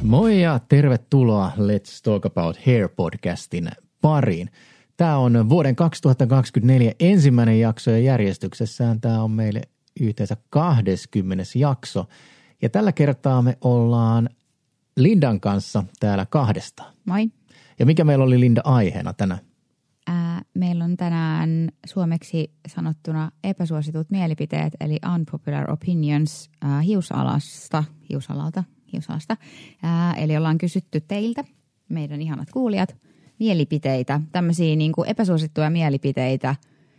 Moi ja tervetuloa Let's Talk About Hair-podcastin pariin. Tämä on vuoden 2024 ensimmäinen jakso ja järjestyksessään tämä on meille yhteensä 20. jakso. Ja tällä kertaa me ollaan Lindan kanssa täällä kahdestaan. Moi. Ja mikä meillä oli Linda aiheena tänään? Meillä on tänään suomeksi sanottuna epäsuositut mielipiteet, eli unpopular opinions hiusalalta. Eli ollaan kysytty teiltä, meidän ihanat kuulijat, mielipiteitä, tämmöisiä niin kuin epäsuosittuja mielipiteitä.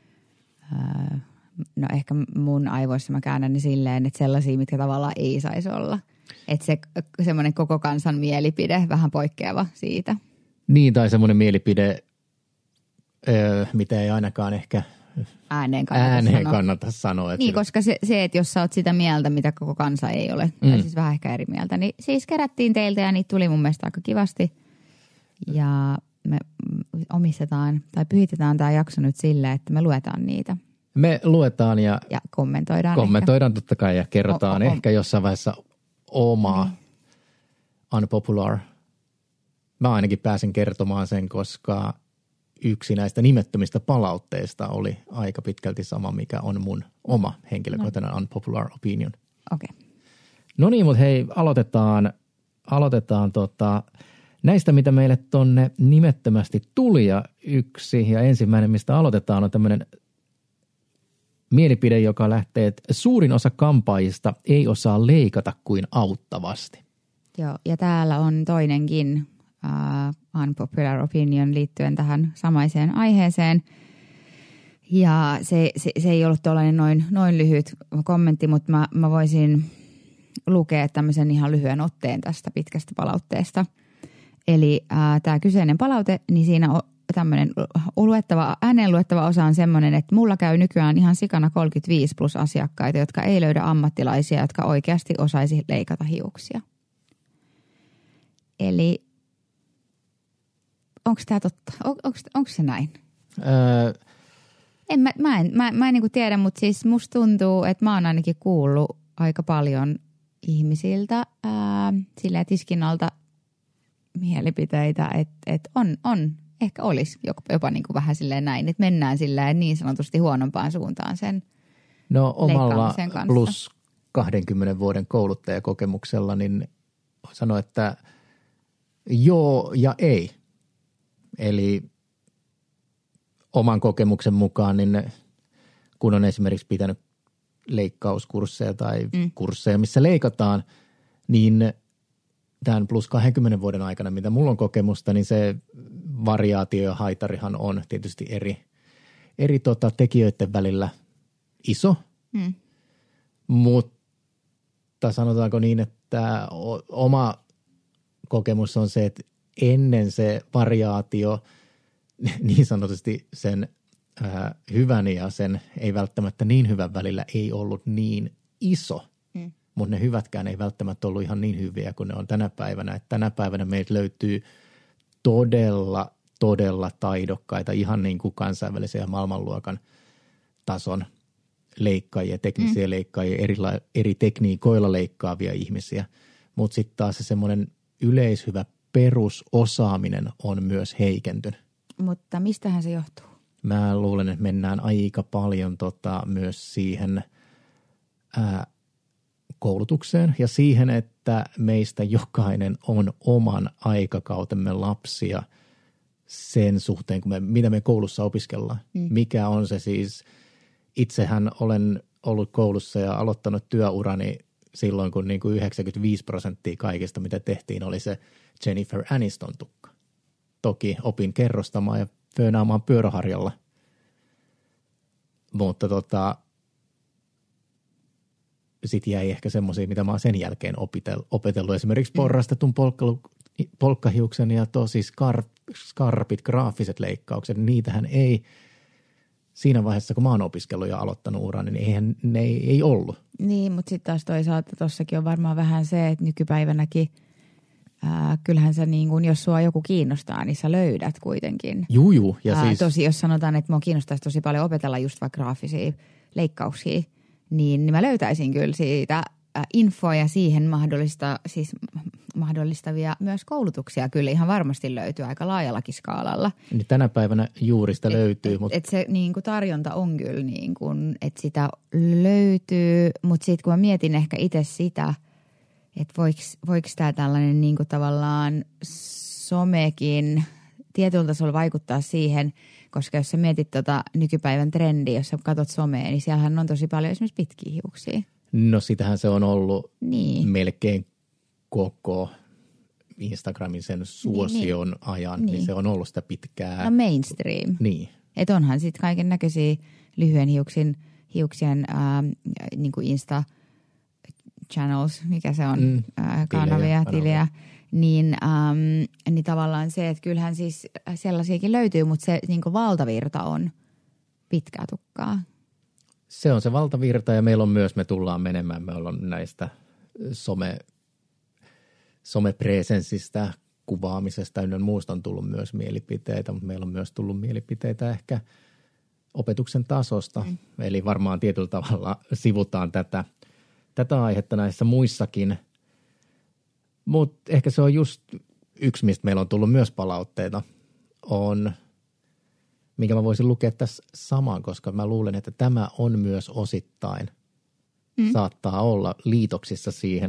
No ehkä mun aivoissa mä käännän ne silleen, että sellaisia, mitkä tavallaan ei saisi olla. Että se semmoinen koko kansan mielipide, vähän poikkeava siitä. Niin, tai semmoinen mielipide, mitä ei ainakaan ehkä ääneen kannata sanoa. Niin, koska se, että jos sä oot sitä mieltä, mitä koko kansa ei ole, tai siis vähän ehkä eri mieltä, niin siis kerättiin teiltä ja niitä tuli mun mielestä aika kivasti. Ja me omistetaan tai pyhitetään tämä jakso nyt silleen, että me luetaan niitä. Me luetaan ja kommentoidaan. Kommentoidaan totta kai ja kerrotaan ehkä jossain vaiheessa omaa unpopular. Mä ainakin pääsin kertomaan sen, koska yksi näistä nimettömistä palautteista oli aika pitkälti sama, mikä on mun oma henkilökohtainen unpopular opinion. Okei. No niin, mutta hei, aloitetaan näistä, mitä meille tonne nimettömästi tuli. Ja yksi ja ensimmäinen, mistä aloitetaan, on tämmöinen mielipide, joka lähtee, että suurin osa kampaajista ei osaa leikata kuin auttavasti. Joo, ja täällä on toinenkin unpopular opinion liittyen tähän samaiseen aiheeseen. Ja se ei ollut tuollainen noin lyhyt kommentti, mutta mä voisin lukea tämmöisen ihan lyhyen otteen tästä pitkästä palautteesta. Eli tämä kyseinen palaute, niin siinä on tämmöinen ääneen luettava osa on semmoinen, että mulla käy nykyään ihan sikana 35 plus asiakkaita, jotka ei löydä ammattilaisia, jotka oikeasti osaisi leikata hiuksia. Eli onko tämä totta? Onko se näin? Mä en niinku tiedä, mutta siis musta tuntuu, että mä oon ainakin kuullut aika paljon ihmisiltä silleen tiskin alta mielipiteitä, että on ehkä olisi jopa niinku vähän silleen näin, että mennään silleen niin sanotusti huonompaan suuntaan sen omalla kanssa. plus 20 vuoden kouluttajakokemuksella, niin sanoa, että joo ja ei. Eli oman kokemuksen mukaan, niin kun on esimerkiksi pitänyt leikkauskursseja tai kursseja, missä leikataan, niin tämän plus 20 vuoden aikana, mitä mulla on kokemusta, niin se variaatio ja haitarihan on tietysti eri tekijöiden välillä iso, mutta sanotaanko niin, että oma kokemus on se, että ennen se variaatio niin sanotusti sen hyvän ja sen ei välttämättä niin hyvän välillä ei ollut niin iso, mutta ne hyvätkään ei välttämättä ollut ihan niin hyviä kuin ne on tänä päivänä. Että tänä päivänä meiltä löytyy todella taidokkaita, ihan niin kuin kansainvälisiä maailmanluokan tason leikkaajia, teknisiä leikkaajia, eri tekniikoilla leikkaavia ihmisiä, mutta sitten taas se semmoinen yleishyvä perusosaaminen on myös heikentynyt. Mutta mistähän se johtuu? Mä luulen, että mennään aika paljon myös siihen koulutukseen ja siihen, että meistä jokainen on oman aikakautemme lapsia sen suhteen, mitä me koulussa opiskellaan. Mikä on se siis, itsehän olen ollut koulussa ja aloittanut työurani silloin, kun niin kuin 95% kaikista, mitä tehtiin, oli se Jennifer Aniston tukka. Toki opin kerrostamaan ja föönaamaan pyöräharjalla, mutta sitten jäi ehkä semmoisia, mitä mä oon sen jälkeen opetellut. Esimerkiksi porrastetun polkkahiuksen ja tosi skarpit graafiset leikkaukset. Niitähän ei siinä vaiheessa, kun mä oon opiskellut ja aloittanut urani, niin eihän ne ei ollut. Niin, mutta sitten taas toisaalta tossakin on varmaan vähän se, että nykypäivänäkin kyllähän sä niin kun, jos sua joku kiinnostaa, niin sä löydät kuitenkin. Juu. Ja siis tosi, jos sanotaan, että mua kiinnostaisi tosi paljon opetella just vaikka graafisia leikkauksia, niin mä löytäisin kyllä siitä infoa ja siihen mahdollista, siis mahdollistavia myös koulutuksia kyllä ihan varmasti löytyy aika laajallakin skaalalla. Niin tänä päivänä juuri sitä löytyy. Mutta se niin kuin tarjonta on kyllä niin kuin, että sitä löytyy, mutta sitten kun mä mietin ehkä itse sitä, että voiko tämä tällainen niin kuin tavallaan somekin tietyllä tasolla vaikuttaa siihen, koska jos sä mietit nykypäivän trendiä, jos sä katsot somea, niin siellähän on tosi paljon esimerkiksi pitkiä hiuksia. No sitähän se on ollut melkein koko Instagramin sen suosion ajan, niin se on ollut sitä pitkää. No mainstream. Niin. Että onhan sitten kaiken näköisiä lyhyen hiuksien niin kuin Insta channels, mikä se on, kanavia, tilejä. Niin tavallaan se, että kyllähän siis sellaisiakin löytyy, mutta se niin kuin valtavirta on pitkää tukkaa. Se on se valtavirta ja meillä on myös, me tullaan menemään, me ollaan näistä somepresensistä, kuvaamisesta ynnä muusta on tullut myös mielipiteitä, mutta meillä on myös tullut mielipiteitä ehkä opetuksen tasosta. Eli varmaan tietyllä tavalla sivutaan tätä aihetta näissä muissakin. Mutta ehkä se on just yksi, mistä meillä on tullut myös palautteita, on, minkä mä voisin lukea tässä samaan, koska mä luulen, että tämä on myös osittain, saattaa olla liitoksissa siihen.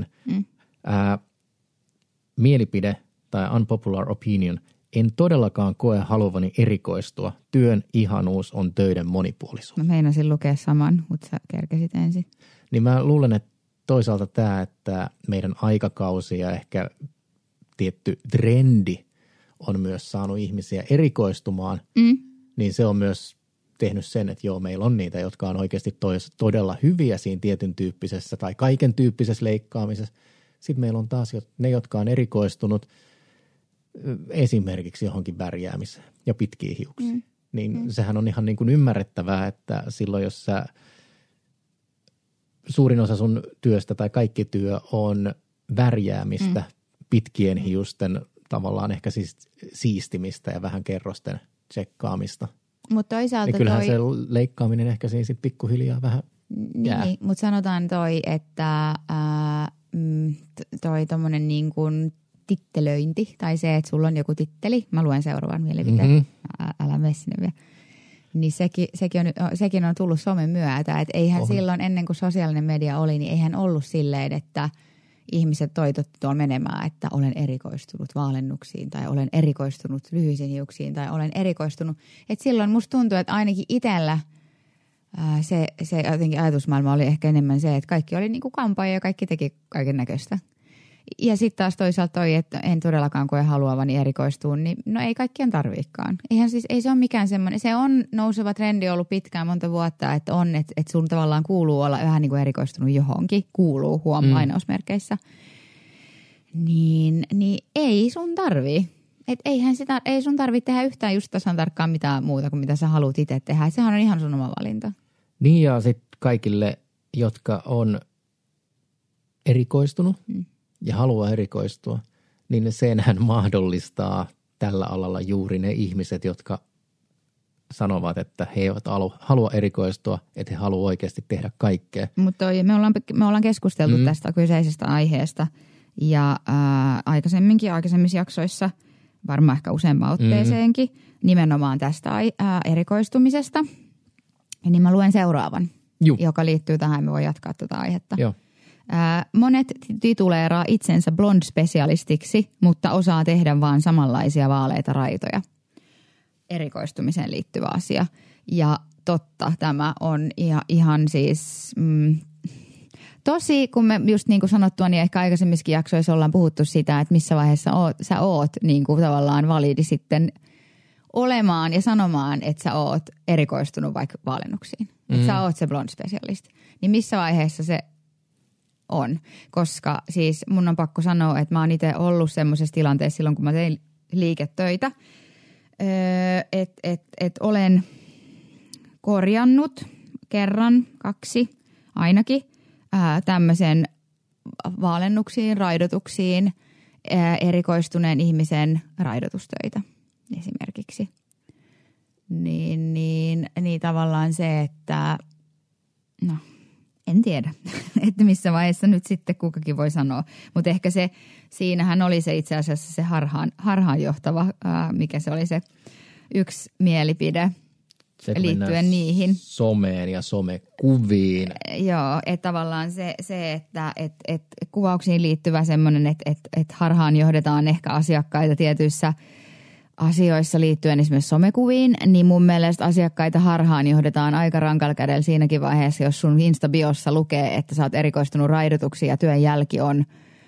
Mielipide tai unpopular opinion, en todellakaan koe haluavani erikoistua. Työn ihanuus on töiden monipuolisuus. Mä meinasin lukea saman, mutta sä kerkesit ensin. Niin mä luulen, että toisaalta tämä, että meidän aikakausi ja ehkä tietty trendi on myös saanut ihmisiä erikoistumaan, niin se on myös tehnyt sen, että joo, meillä on niitä, jotka on oikeasti todella hyviä siinä tietyn tyyppisessä tai kaiken tyyppisessä leikkaamisessa. Sitten meillä on taas ne, jotka on erikoistunut esimerkiksi johonkin värjäämiseen ja pitkiin hiuksiin. Niin sehän on ihan niin kuin ymmärrettävää, että silloin jos suurin osa sun työstä tai kaikki työ on värjäämistä, pitkien hiusten tavallaan ehkä siis siistimistä ja vähän kerrosten tsekkaamista. Mutta toisaalta niin kyllähän se leikkaaminen ehkä siinä sitten pikkuhiljaa vähän jää. Niin, mutta sanotaan että toi tommonen niin kuin tittelöinti tai se, että sulla on joku titteli. Mä luen seuraavan mielipiteen. Älä mene sinne vielä. Niin sekin on tullut somen myötä. Että eihän silloin ennen kuin sosiaalinen media oli, niin eihän ollut silleen, että ihmiset toitotti tuolla menemään, että olen erikoistunut vaalennuksiin tai olen erikoistunut lyhyisiin hiuksiin tai olen erikoistunut. Että silloin musta tuntuu, että ainakin itsellä se jotenkin ajatusmaailma oli ehkä enemmän se, että kaikki oli niin kuin kampaaja ja kaikki teki kaiken näköistä. Ja sitten taas toisaalta toi, että en todellakaan koe haluavani erikoistua, niin no ei kaikkien tarviikaan. Ei se ole mikään semmoinen, se on nouseva trendi ollut pitkään monta vuotta, että on, että sun tavallaan kuuluu olla vähän niin kuin erikoistunut johonkin, kuuluu lainausmerkeissä. Niin ei sun tarvii. Että ei sun tarvitse tehdä yhtään just tasan tarkkaan mitään muuta kuin mitä sä haluat itse tehdä. Sehän on ihan sun oma valinta. Niin ja sitten kaikille, jotka on erikoistunut ja haluaa erikoistua, niin senhän mahdollistaa tällä alalla juuri ne ihmiset, jotka sanovat, että he eivät halua erikoistua, että he haluavat oikeasti tehdä kaikkea. Mutta me ollaan keskusteltu tästä kyseisestä aiheesta ja aikaisemmissa jaksoissa, varmaan ehkä useamman otteeseenkin, nimenomaan tästä erikoistumisesta. Ja niin mä luen seuraavan, joka liittyy tähän, me voi jatkaa tuota aihetta. Joo. Monet tituleeraa itsensä blond-spesialistiksi, mutta osaa tehdä vaan samanlaisia vaaleita raitoja. Erikoistumiseen liittyvä asia. Ja totta, tämä on ihan siis tosi, kun me just niin kuin sanottua, niin ehkä aikaisemmissakin jaksoissa ollaan puhuttu sitä, että missä vaiheessa sä oot niin kuin tavallaan validi sitten olemaan ja sanomaan, että sä oot erikoistunut vaikka vaalennuksiin. Että sä oot se blond-spesialisti. Niin missä vaiheessa se on? Koska siis mun on pakko sanoa, että mä oon itse ollut semmoisessa tilanteessa silloin, kun mä tein liiketöitä, että olen korjannut kerran, 2 ainakin tämmöisen vaalennuksiin, raidotuksiin erikoistuneen ihmisen raidotustöitä esimerkiksi. Niin tavallaan se, että no En tiedä, että missä vaiheessa nyt sitten kukakin voi sanoa. Mutta ehkä siinähän oli se itse asiassa se harhaanjohtava, mikä se oli se yksi mielipide se, liittyen niihin. Someen ja somekuviin. Joo, että tavallaan se että kuvauksiin liittyvä semmoinen, että harhaan johdetaan ehkä asiakkaita tietyissä asioissa liittyen esimerkiksi somekuviin, niin mun mielestä asiakkaita harhaan johdetaan aika rankalla kädellä siinäkin vaiheessa, jos sun Insta-biossa lukee, että sä oot erikoistunut raidotuksiin ja työn jälki on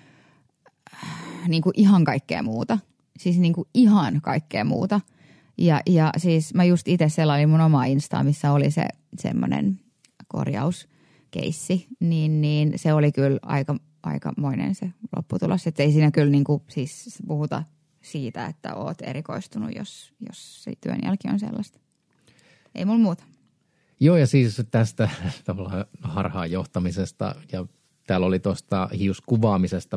niin kuin ihan kaikkea muuta. Siis niin kuin ihan kaikkea muuta. Ja siis mä just itse selailin mun omaa Instaa, missä oli se semmoinen korjauskeissi, niin se oli kyllä aikamoinen se lopputulos. Että ei siinä kyllä niin kuin siis puhuta siitä, että oot erikoistunut, jos se työn jälki on sellaista. Ei mulla muuta. Joo, ja siis tästä tavallaan harhaan johtamisesta, ja täällä oli tuosta hiuskuvaamisesta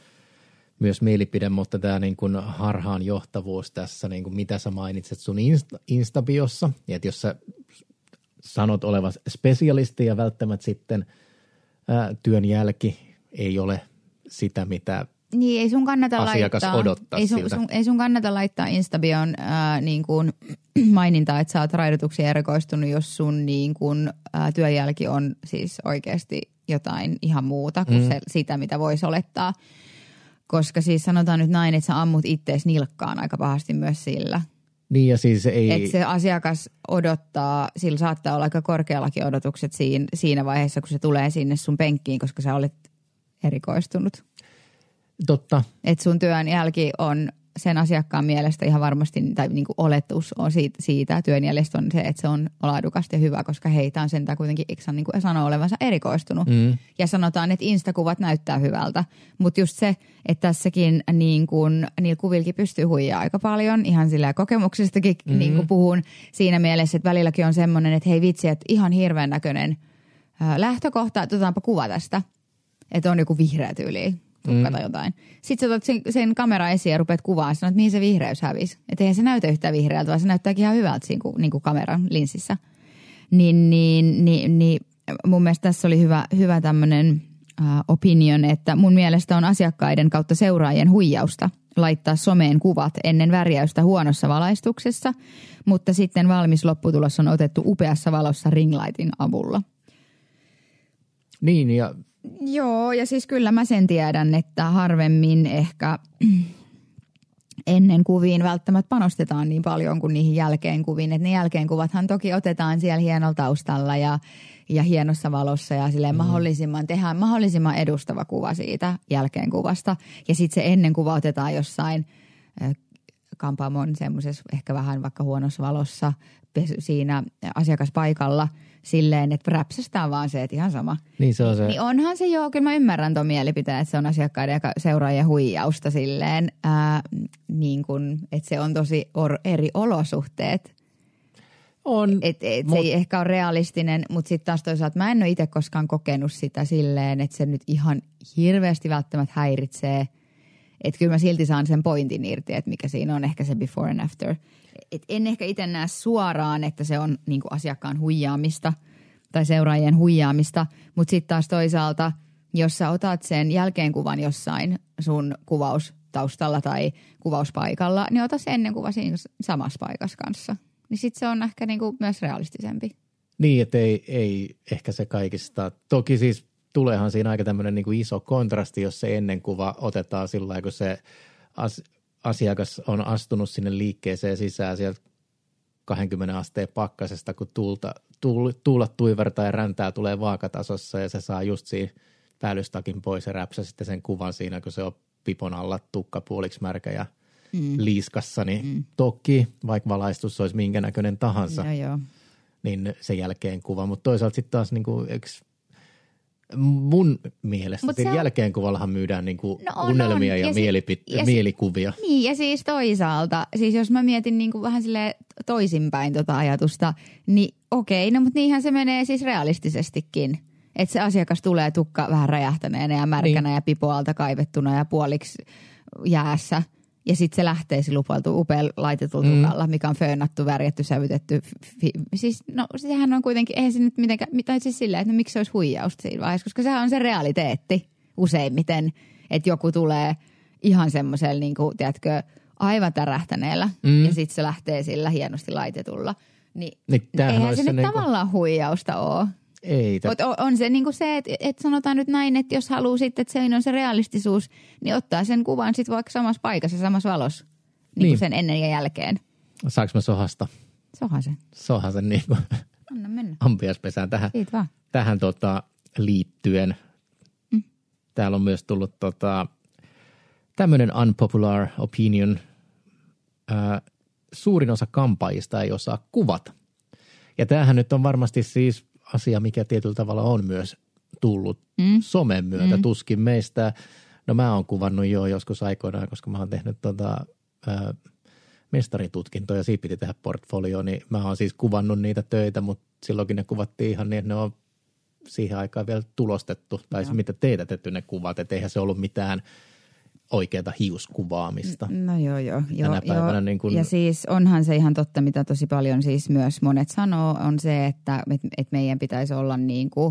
myös mielipide, mutta tämä niin kuin harhaan johtavuus tässä, niin kuin mitä sä mainitset sun Instabiossa, ja että jos sä sanot olevas spesialisti ja välttämättä sitten työn jälki ei ole sitä, mitä niin, ei sun kannata asiakas odottaa siltä. Ei sun kannata laittaa Instabion niin kuin mainintaa, että sä oot raidotuksiin erikoistunut, jos sun niin kuin, työjälki on siis oikeasti jotain ihan muuta kuin sitä, mitä voisi olettaa. Koska siis sanotaan nyt näin, että sä ammut ittees nilkkaan aika pahasti myös sillä. Niin ja siis ei. Että se asiakas odottaa, sillä saattaa olla aika korkeallakin odotukset siinä vaiheessa, kun se tulee sinne sun penkkiin, koska sä olet erikoistunut. Totta. Että sun työn jälki on sen asiakkaan mielestä ihan varmasti, tai niin kuin oletus on siitä työn jäljestä on se, että se on laadukasta ja hyvä, koska heitä on sentään kuitenkin Iksan niin kuin sanoo olevansa erikoistunut. Ja sanotaan, että Instakuvat näyttää hyvältä, mutta just se, että tässäkin niin kuin, niillä kuvilläkin pystyy huijaa aika paljon, ihan sillä kokemuksestakin niin kuin puhun siinä mielessä, että välilläkin on semmoinen, että hei vitsi, että ihan hirveän näköinen lähtökohta, otetaanpa kuva tästä, että on joku vihreä tyyli. Tukka tai jotain. Sitten sä otat sen kamera esiin ja rupeat kuvaamaan ja sanot, että mihin se vihreys hävisi. Että eihän se näytä yhtään vihreältä, vaan se näyttääkin ihan hyvältä siinä, niin kuin kameran linssissä. Niin mun mielestä tässä oli hyvä tämmöinen opinion, että mun mielestä on asiakkaiden kautta seuraajien huijausta laittaa someen kuvat ennen värjäystä huonossa valaistuksessa, mutta sitten valmis lopputulos on otettu upeassa valossa ringlightin avulla. Niin ja joo, ja siis kyllä mä sen tiedän, että harvemmin ehkä ennen kuviin välttämättä panostetaan niin paljon kuin niihin jälkeenkuviin. Että ne jälkeenkuvathan toki otetaan siellä hienolla taustalla ja hienossa valossa ja silleen tehdään mahdollisimman edustava kuva siitä jälkeenkuvasta. Ja sitten se ennenkuva otetaan jossain kampaamon semmoisessa ehkä vähän vaikka huonossa valossa siinä asiakaspaikalla silleen, että räpsästään vaan se, että ihan sama. Niin se on se. Niin onhan se joo, kyllä mä ymmärrän tuon mielipiteen, että se on asiakkaiden ja seuraajien huijausta silleen, niin kuin, että se on tosi eri olosuhteet. On. Se ei ehkä ole realistinen, mutta sitten taas toisaalta mä en ole itse koskaan kokenut sitä silleen, että se nyt ihan hirveästi välttämättä häiritsee. Että kyllä mä silti saan sen pointin irti, että mikä siinä on ehkä se before and after. Et en ehkä itse näe suoraan, että se on niin kuin asiakkaan huijaamista tai seuraajien huijaamista, mutta sitten taas toisaalta, jos sä otat sen jälkeenkuvan jossain sun kuvaustaustalla tai kuvauspaikalla, niin ota se ennenkuva siinä samassa paikassa kanssa. Niin sitten se on ehkä niin kuin myös realistisempi. Niin, että ei ehkä se kaikista. Toki siis tuleehan siinä aika tämmöinen niin kuin iso kontrasti, jos se ennenkuva otetaan sillä lailla, kun se asiakas on astunut sinne liikkeeseen sisään sieltä 20 asteen pakkasesta, kun tuulat tuivertaa ja räntää tulee vaakatasossa ja se saa just siinä päällystakin pois ja räpsä sitten sen kuvan siinä, kun se on pipon alla tukka puoliksi märkä ja liiskassa, niin toki vaikka valaistus olisi minkä näköinen tahansa, niin sen jälkeen kuva, mutta toisaalta sitten taas niin kuin, mun mielestä sen jälkeenkuvallahan myydään niinku unelmia ja mielikuvia. Niin ja siis toisaalta, siis jos mä mietin niinku vähän silleen toisinpäin tota ajatusta, niin okei, no mutta niinhän se menee siis realistisestikin. Että se asiakas tulee tukka vähän räjähtäneenä ja märkänä ja pipoalta kaivettuna ja puoliksi jäässä. Ja sitten se lähtee se lupailtu upealla laitetulta tukalla, mikä on föönattu, värjätty, sävytetty. Siis no sehän on kuitenkin, eihän se nyt mitenkään, tai siis silleen, että no miksi se olisi huijausta siinä vaiheessa, koska sehän on se realiteetti useimmiten, että joku tulee ihan semmoisella niin kuin, tiedätkö, aivan tärähtäneellä ja sitten se lähtee sillä hienosti laitetulla. Niin eihän se nyt niinku tavallaan huijausta ole. Ei. On se niinku se, että sanotaan nyt näin, että jos haluaa sitten, että se on se realistisuus, niin ottaa sen kuvan sitten vaikka samassa paikassa, samassa valossa, niin. Sen ennen ja jälkeen. Saanko mä sohasta? Sohasen niin kuin anna mennä. Ampiaispesään tähän liittyen. Täällä on myös tullut tämmöinen unpopular opinion. Suurin osa kampaajista ei osaa kuvata. Ja tämähän nyt on varmasti siis asia, mikä tietyllä tavalla on myös tullut somen myötä. Tuskin meistä, no mä oon kuvannut jo joskus aikoinaan, koska mä oon tehnyt mestaritutkintoja ja siitä piti tehdä portfolio, niin mä oon siis kuvannut niitä töitä, mutta silloinkin ne kuvattiin ihan niin, että ne on siihen aikaan vielä tulostettu, tai mitä teetätetty ne kuvat, että eihän se ollut mitään oikeata hiuskuvaamista. No joo. Tänä päivänä niin kun... Ja siis onhan se ihan totta, mitä tosi paljon siis myös monet sanoo, on se, että meidän pitäisi olla niin kuin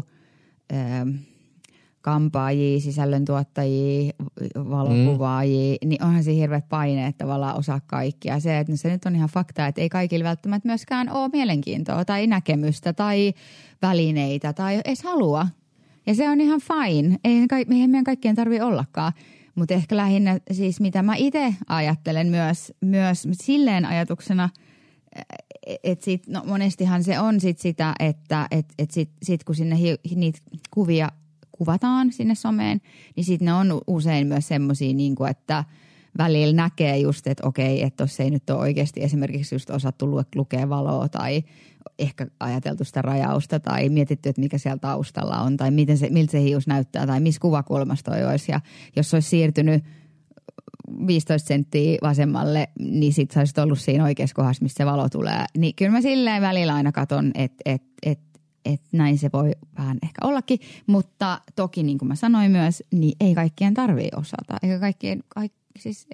kampaajia, sisällöntuottajia, valokuvaajia, niin onhan se hirveät paineet tavallaan osaa kaikkia. Se, että se nyt on ihan fakta, että ei kaikilla välttämättä myöskään ole mielenkiintoa tai näkemystä tai välineitä tai edes halua. Ja se on ihan fine. Eihän meidän kaikkien tarvitse ollakaan. Mutta ehkä lähinnä siis mitä mä itse ajattelen myös silleen ajatuksena, että no monestihan se on sit sitä, että sit kun sinne niitä kuvia kuvataan sinne someen, niin sitten ne on usein myös semmoisia, niin että välillä näkee just, että okei, että tuossa ei nyt ole oikeasti esimerkiksi just osattu lukea valoa tai ehkä ajateltu sitä rajausta tai mietitty, että mikä siellä taustalla on tai miltä se hius näyttää tai missä kuvakulmassa toi olisi. Ja jos olisi siirtynyt 15 senttiä vasemmalle, niin sit sä olisit ollut siinä oikeassa kohdassa, missä se valo tulee. Niin kyllä mä silleen välillä aina katon, että näin se voi vähän ehkä ollakin, mutta toki niin kuin mä sanoin myös, niin ei kaikkien tarvitse osata. Eikä siis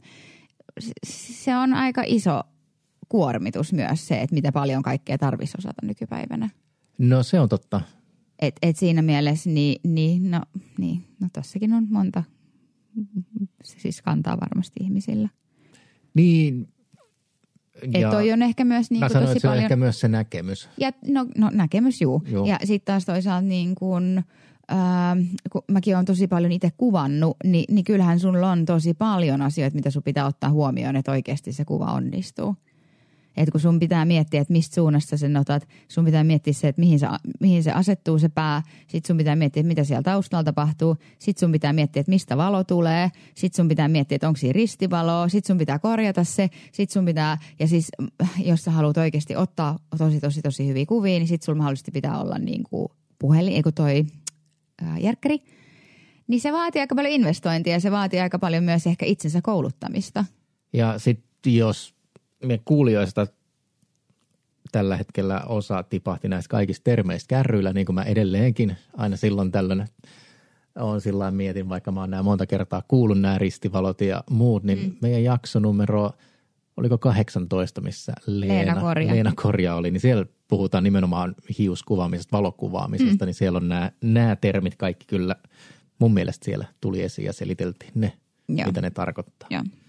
se on aika iso kuormitus myös se, että mitä paljon kaikkea tarvitsisi osata nykypäivänä. No se on totta. Et siinä mielessä, no tossakin on monta, se siis kantaa varmasti ihmisillä. Niin. Että toi on ehkä myös niin kuin tosi sanoin, paljon. On ehkä myös se näkemys. Ja, no näkemys juu. Ja sitten taas toisaalta niin kuin, kun mäkin olen tosi paljon itse kuvannut, niin kyllähän sulla on tosi paljon asioita, mitä sun pitää ottaa huomioon, että oikeasti se kuva onnistuu. Että kun sun pitää miettiä, että mistä suunnasta sen otat, sun pitää miettiä se, että mihin se asettuu se pää, sit sun pitää miettiä, että mitä siellä taustalla tapahtuu, sit sun pitää miettiä, että mistä valo tulee, sit sun pitää miettiä, että onko siinä ristivaloa, sit sun pitää korjata se, sit sun pitää, ja siis jos sä haluat oikeasti ottaa tosi hyviä kuvia, niin sit sulla mahdollisesti pitää olla niin kuin puhelin, eikö toi järkkäri, niin se vaatii aika paljon investointia ja se vaatii aika paljon myös ehkä itsensä kouluttamista. Ja sitten jos me kuulijoista tällä hetkellä osa tipahti näistä kaikista termeistä kärryillä, niin kuin mä edelleenkin aina silloin tällöin on sillä mietin, vaikka mä oon nämä monta kertaa kuullut nämä ristivalot ja muut, niin meidän jaksonumero, oliko 18, missä Leena Korja oli, niin siellä puhutaan nimenomaan hiuskuvaamisesta, valokuvaamisesta, niin siellä on nämä termit kaikki kyllä mun mielestä siellä tuli esiin ja seliteltiin ne, mitä ne tarkoittaa.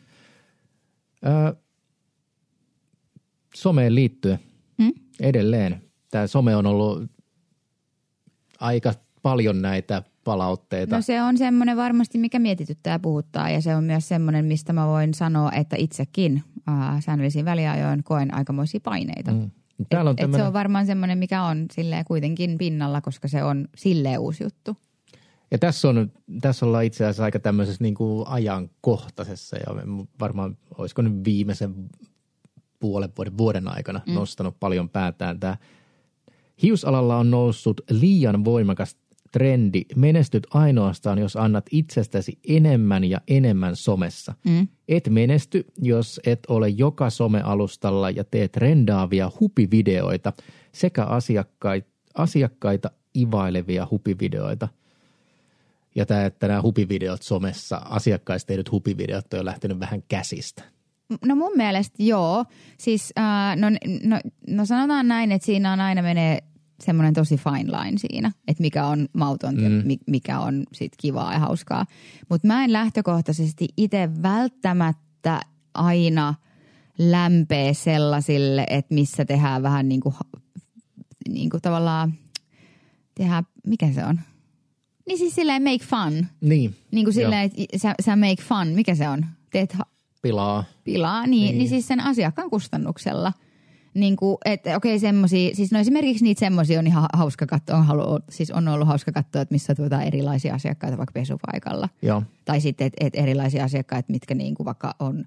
Someen liittyen edelleen. Tämä some on ollut aika paljon näitä palautteita. No se on semmoinen varmasti, mikä mietityttää ja puhuttaa ja se on myös semmoinen, mistä mä voin sanoa, että itsekin säännöllisiin väliajoin koen aikamoisia paineita. Se on varmaan semmoinen, mikä on silleen kuitenkin pinnalla, koska se on silleen uusi juttu. Ja tässä ollaan itse asiassa aika tämmöisessä niin kuin ajankohtaisessa ja varmaan olisiko nyt viimeisen vuoden aikana nostanut paljon päätään. Tämä hiusalalla on noussut liian voimakas trendi. Menestyt ainoastaan, jos annat itsestäsi enemmän ja enemmän somessa. Et menesty, jos et ole joka somealustalla ja teet trendaavia hupivideoita sekä asiakkaita ivailevia hupivideoita. Ja että nämä hupivideot somessa, asiakkaista tehdyt hupivideot on jo lähtenyt vähän käsistä. No mun mielestä joo. Siis no sanotaan näin, että siinä on aina menee semmoinen tosi fine line siinä, että mikä on mautonta ja mikä on sit kivaa ja hauskaa. Mutta mä en lähtökohtaisesti itse välttämättä aina lämpee sellaisille, että missä tehdään vähän niin kuin tavallaan, tehdään, mikä se on? Niin siis silleen make fun. Niin kuin silleen, että sä make fun, mikä se on? Teet Pilaa, niin siis sen asiakkaan kustannuksella. Niin kuin, että okei, semmosia, siis no esimerkiksi niitä semmosia on ihan hauska katsoa, on ollut hauska katsoa, että missä tuota erilaisia asiakkaita vaikka pesupaikalla. Joo. Tai sitten, että erilaisia asiakkaita, mitkä niin kuin vaikka on,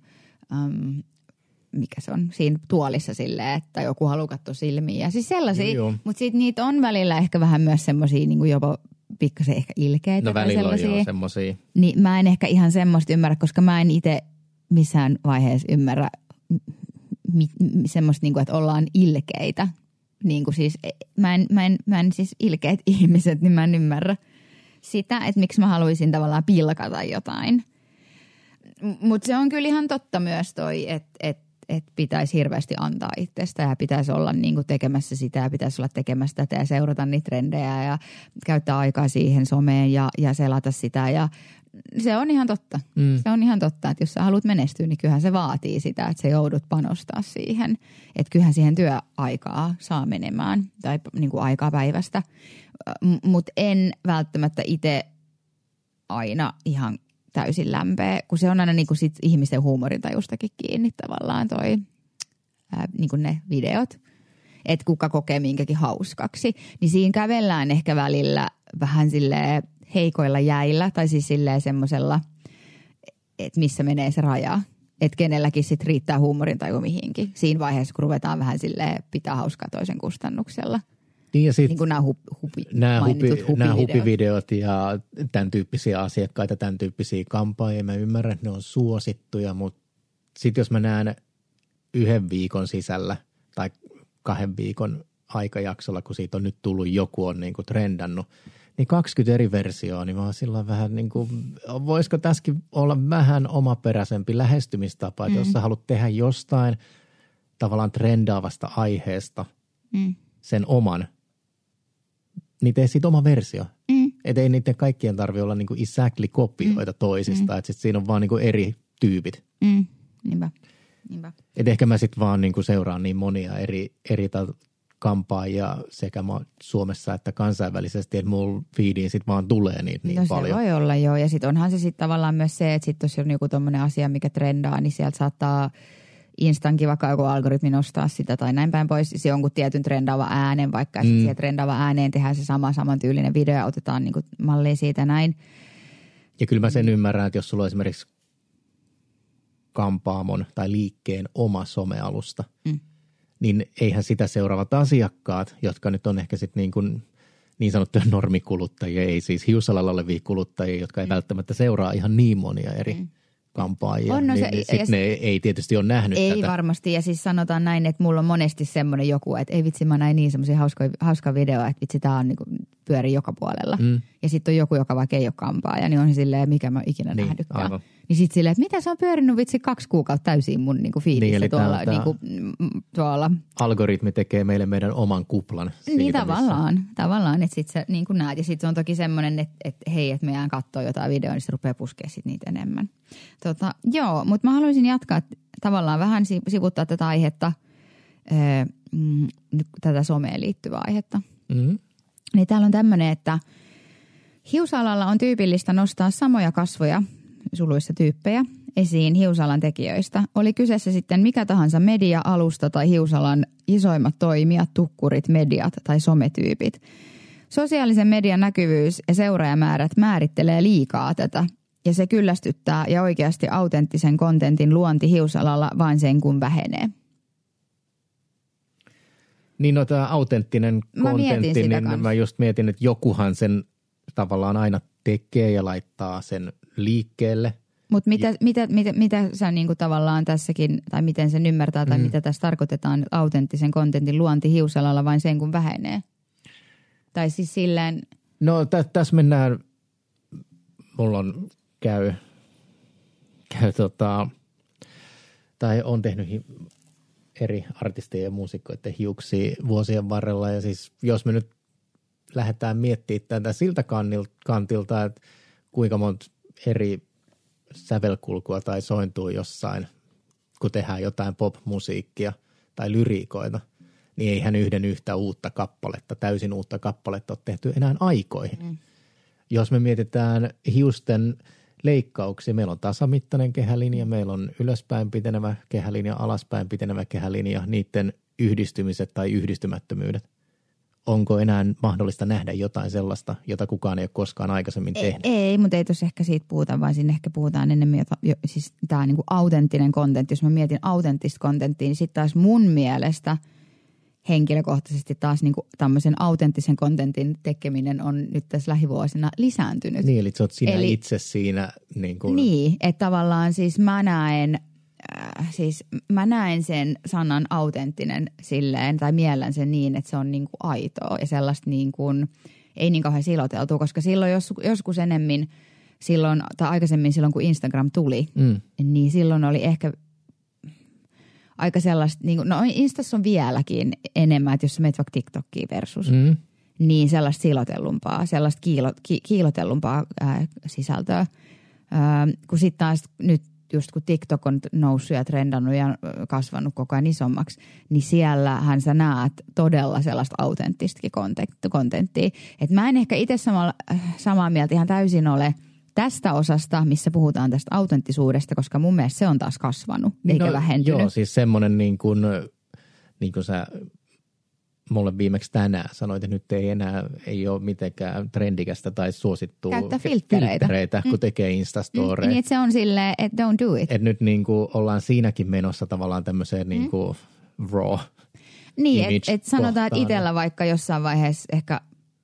mikä se on, siinä tuolissa silleen, että joku haluaa katsoa silmiä. Ja siis sellaisia, mutta sitten niitä on välillä ehkä vähän myös semmosia niin kuin jopa pikkasen ehkä ilkeitä. No välillä on jo semmosia. Niin mä en ehkä ihan semmoista ymmärrä, koska mä en itse missään vaiheessa ymmärrä semmoista, niin kuin, että ollaan ilkeitä. Niin kuin siis, mä en siis ilkeät ihmiset, niin mä en ymmärrä sitä, että miksi mä haluaisin tavallaan pilkata jotain. Mutta se on kyllä ihan totta myös toi, että pitäisi hirveästi antaa itsestä ja pitäisi olla niin kuin tekemässä sitä ja pitäisi olla tekemässä tätä ja seurata niitä trendejä ja käyttää aikaa siihen someen ja selata sitä ja se on ihan totta. Se on ihan totta, että jos sä haluat menestyä, niin kyllähän se vaatii sitä, että sä joudut panostaa siihen. Että kyllähän siihen työaikaa saa menemään tai niin kuin aikaa päivästä. Mutta en välttämättä itse aina ihan täysin lämpeä, kun se on aina niin kuin sit ihmisten huumorintajustakin kiinni tavallaan toi niin kuin ne videot. Että kuka kokee minkäkin hauskaksi. Niin siinä kävellään ehkä välillä vähän silleen heikoilla jäillä tai siis silleen semmoisella, että missä menee se raja. Että kenelläkin sitten riittää huumorintaju mihinkin. Siinä vaiheessa, kun ruvetaan vähän silleen pitää hauskaa toisen kustannuksella. Niin ja sitten niin kuin nämä hupivideot ja tämän tyyppisiä asiakkaita, tämän tyyppisiä kampaajia. Mä ymmärrän, että ne on suosittuja, mutta sitten jos mä näen 1 viikon sisällä tai 2 viikon aikajaksolla, kun siitä on nyt tullut joku on niin kuin trendannut, niin 20 eri versioa, niin mä oon silloin vähän niin kuin, voisiko tässäkin olla vähän omaperäisempi lähestymistapa, että jos sä haluat tehdä jostain tavallaan trendaavasta aiheesta sen oman, niin tee siitä oma versio. Että ei niiden kaikkien tarvitse olla niin kuin exactly kopioita toisista, että sit siinä on vaan niin kuin eri tyypit. Niinpä. Että ehkä mä sitten vaan niin kuin seuraan niin monia eri kampaajia sekä Suomessa että kansainvälisesti, että mulla feediin sitten vaan tulee niitä niin paljon. No se voi olla joo, ja sitten onhan se sitten tavallaan myös se, että sitten jos on joku tommoinen asia, mikä trendaa, niin sieltä saattaa instankin vaikka joku algoritmi nostaa sitä tai näin päin pois. Se jonkun tietyn trendaava äänen, vaikka sitten siihen trendaava ääneen tehdään se samantyylinen video ja otetaan niinku mallia siitä näin. Ja kyllä mä sen ymmärrän, että jos sulla on esimerkiksi kampaamon tai liikkeen oma somealusta, niin eihän sitä seuraavat asiakkaat, jotka nyt on ehkä sitten niin sanottuja normikuluttajia, ei siis hiusalalla olevia kuluttajia, jotka ei välttämättä seuraa ihan niin monia eri kampaajia, niin sitten ne ei tietysti ole nähnyt ei tätä. Ei varmasti, ja siis sanotaan näin, että mulla on monesti semmoinen joku, että ei vitsi, mä näin niin semmoisia hauska video, että vitsi, tää on niinku pyörii joka puolella. Ja sitten on joku, joka vaikka ei ole kampaaja, niin on silleen, mikä mä ikinä nähnytkään. Aivan. Niin sitten silleen, että mitä se on pyörinyt vitsi 2 kuukautta täysin mun niinku fiilissä niin, tuolla. Algoritmi tekee meille meidän oman kuplan. Siitä, niin tavallaan, että sitten sä niin kuin näet. Ja sitten on toki semmoinen, että hei, että me jään katsoa jotain videoa, niin se rupeaa puskemaan sitten niitä enemmän. Joo, mutta mä haluaisin jatkaa tavallaan vähän sivuttaa tätä aihetta, tätä someen liittyvää aihetta. Niin täällä on tämmöinen, että hiusalalla on tyypillistä nostaa samoja kasvoja, suluissa tyyppejä, esiin hiusalan tekijöistä. Oli kyseessä sitten mikä tahansa media-alusta tai hiusalan isoimmat toimijat, tukkurit, mediat tai sometyypit. Sosiaalisen median näkyvyys ja seuraajamäärät määrittelee liikaa tätä. Ja se kyllästyttää ja oikeasti autenttisen kontentin luonti hiusalalla vain sen kun vähenee. Niin tämä autenttinen kontentti, niin mä just mietin, että jokuhan sen tavallaan aina tekee ja laittaa sen liikkeelle. Mutta mitä sä niinku tavallaan tässäkin, tai miten sen ymmärtää, tai mitä tässä tarkoitetaan autenttisen kontentin luonti hiusalalla vain sen kun vähenee? Tai siis silleen. No tässä mennään mulla on tai on tehnyt eri artistien ja muusikkoiden hiuksia vuosien varrella. Ja siis jos me nyt lähdetään miettimään tätä siltä kantilta, että kuinka monta eri sävelkulkua tai sointuu jossain, kun tehdään jotain pop-musiikkia tai lyriikoita, niin eihän yhden yhtä uutta kappaletta, täysin uutta kappaletta ole tehty enää aikoihin. Mm. Jos me mietitään hiusten leikkauksia, meillä on tasamittainen kehälinja, meillä on ylöspäin pitenevä kehälinja, alaspäin pitenevä kehälinja, niiden yhdistymiset tai yhdistymättömyydet. Onko enää mahdollista nähdä jotain sellaista, jota kukaan ei ole koskaan aikaisemmin tehnyt? Ei, mutta ei tuossa ehkä siitä puhuta, vaan siinä ehkä puhutaan enemmän, siis tämä niinku autenttinen kontentti. Jos mä mietin autenttista kontenttia, niin sitten taas mun mielestä henkilökohtaisesti taas niinku tämmöisen autenttisen kontentin tekeminen on nyt tässä lähivuosina lisääntynyt. Niin, eli sä oot sinä itse siinä. Niin, että tavallaan siis mä näen sen sanan autenttinen silleen, tai miellän sen niin, että se on niinku aitoa ja sellaista niinku, ei niin kauhean siloteltua, koska silloin joskus enemmän silloin, tai aikaisemmin silloin, kun Instagram tuli, niin silloin oli ehkä aika sellaista, niin kuin, no Instassa on vieläkin enemmän, että jos sä menet vaikka TikTokiin versus, niin sellaista silotellumpaa, sellaista kiilotellumpaa sisältöä, kun sitten taas nyt just kun TikTok on noussut ja trendannut ja kasvanut koko ajan isommaksi, niin siellähän sä näet todella sellaista autenttistakin kontenttia. Että mä en ehkä itse samaa mieltä ihan täysin ole tästä osasta, missä puhutaan tästä autenttisuudesta, koska mun mielestä se on taas kasvanut, eikä vähentynyt. Joo, siis semmoinen niin kuin sä mulle viimeksi tänään sanoit, että nyt ei ole mitenkään trendikästä tai suosittua käyttää filttereitä, kun tekee Instastoreja. Niin, että se on silleen, että don't do it. Että nyt niin kuin ollaan siinäkin menossa tavallaan tämmöiseen niin kuin raw niin, että sanotaan, että itsellä vaikka jossain vaiheessa ehkä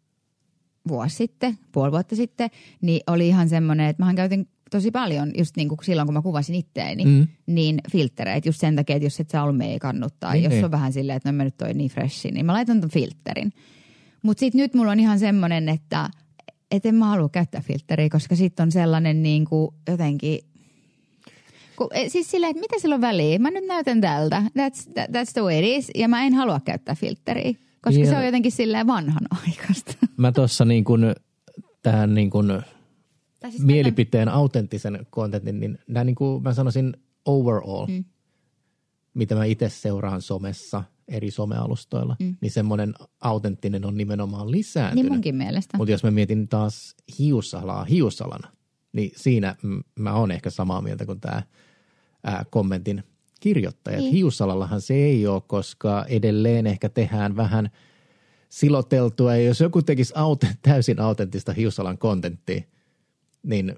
puoli vuotta sitten, niin oli ihan semmoinen, että mähän käytin tosi paljon just niin kuin silloin, kun mä kuvasin itteeni, niin filttereitä just sen takia, että jos et sä ollut meikannut tai jos on vähän silleen, että no mä nyt toi niin freshi, niin mä laitan ton filterin. Mutta sitten nyt mulla on ihan semmoinen, että en mä halua käyttää filtteriä, koska sitten on sellainen niin kuin jotenkin, siis silleen, että mitä sillä on väliä? Mä nyt näytän tältä, that's the way it is, ja mä en halua käyttää filtteriä, koska se on jotenkin silleen vanhanaikaista. Mä tuossa niin kuin tähän niin kuin siis mielipiteen autenttisen kontentin, niin nämä niin kuin mä sanoisin overall, mitä mä itse seuraan somessa, eri somealustoilla, niin semmoinen autenttinen on nimenomaan lisääntynyt. Niin munkin mielestä. Mutta jos mä mietin taas hiusalana, niin siinä mä oon ehkä samaa mieltä kuin tämä kommentin kirjoittaja. Niin. Hiusalallahan se ei ole, koska edelleen ehkä tehdään vähän siloteltua. Ja jos joku tekisi täysin autenttista hiusalan kontenttia, niin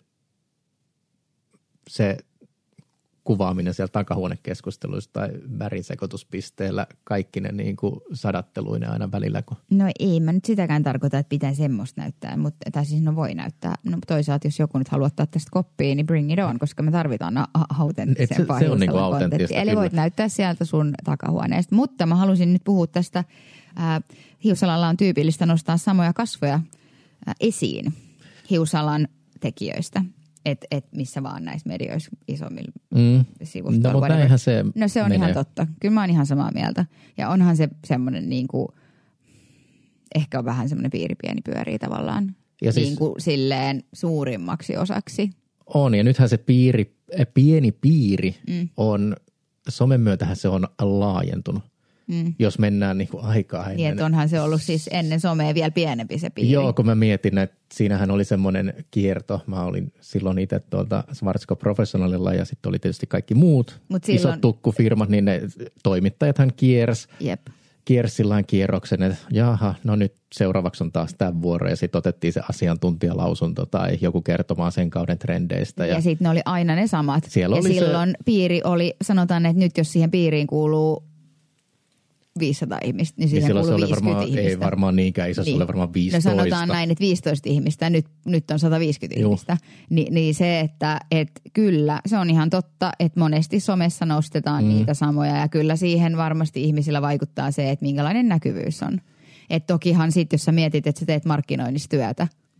se kuvaaminen siellä takahuonekeskusteluissa tai värinsekoituspisteellä, kaikki ne niin kuin sadatteluinen aina välillä. No ei, mä nyt sitäkään tarkoita, että pitää semmoista näyttää, tai siis no voi näyttää. No toisaalta, jos joku nyt haluaa ottaa tästä koppiin, niin bring it on, koska me tarvitaan autenttisempaa se on niin kuin autenttista. Eli voit näyttää sieltä sun takahuoneesta. Mutta mä halusin nyt puhua tästä, hiusalalla on tyypillistä nostaa samoja kasvoja esiin hiusalan tekijöistä. Missä vaan näissä medioissa isommilla sivustoilla. No, mutta näinhän se se on ihan totta. Kyllä mä oon ihan samaa mieltä. Ja onhan se semmoinen niin kuin, ehkä on vähän semmoinen pieni pyörii tavallaan. Ja siis, niin kuin silleen suurimmaksi osaksi. On, ja nythän se pieni piiri on, somen myötähän se on laajentunut. Jos mennään niin kuin aikaa ennen. Niin, että onhan se ollut siis ennen somea vielä pienempi se piiri. Joo, kun mä mietin, että siinähän oli semmoinen kierto. Mä olin silloin itse Schwarzkopf Professionalilla ja sitten oli tietysti kaikki muut isot tukkufirmat, niin ne toimittajathan kiersi sillain kierroksen, että jaha, no nyt seuraavaksi on taas tämä vuoro ja sitten otettiin se asiantuntijalausunto tai joku kertomaan sen kauden trendeistä. Ja sitten ne oli aina ne samat. Ja silloin piiri oli, sanotaan, että nyt jos siihen piiriin kuuluu 500 ihmistä, niin siihen kuuluu 50 ihmistä. Ei varmaan niinkään iso, se oli varmaan 15. No sanotaan näin, että 15 ihmistä, nyt on 150 ihmistä. Niin se, että kyllä, se on ihan totta, että monesti somessa nostetaan niitä samoja ja kyllä siihen varmasti ihmisillä vaikuttaa se, että minkälainen näkyvyys on. Että tokihan sitten, jos sä mietit, että sä teet markkinoinnistyötä,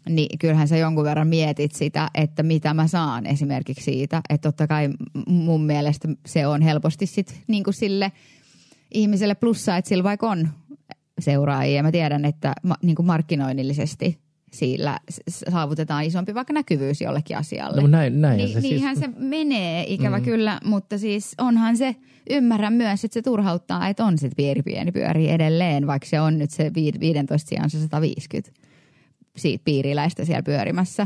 niin kyllähän sä jonkun verran mietit sitä, että mitä mä saan esimerkiksi siitä. Että totta kai mun mielestä se on helposti sitten niin kuin sille ihmiselle plussaa, että sillä vaikka on seuraajia. Ja mä tiedän, että niin kuin markkinoinnillisesti sillä saavutetaan isompi vaikka näkyvyys jollekin asialle. No näin Niinhän se menee, ikävä kyllä, mutta siis onhan se, ymmärrän myös, että se turhauttaa, että on sitten pieni pyöri edelleen, vaikka se on nyt se 15 sijaan se 150 siitä piiriläistä siellä pyörimässä.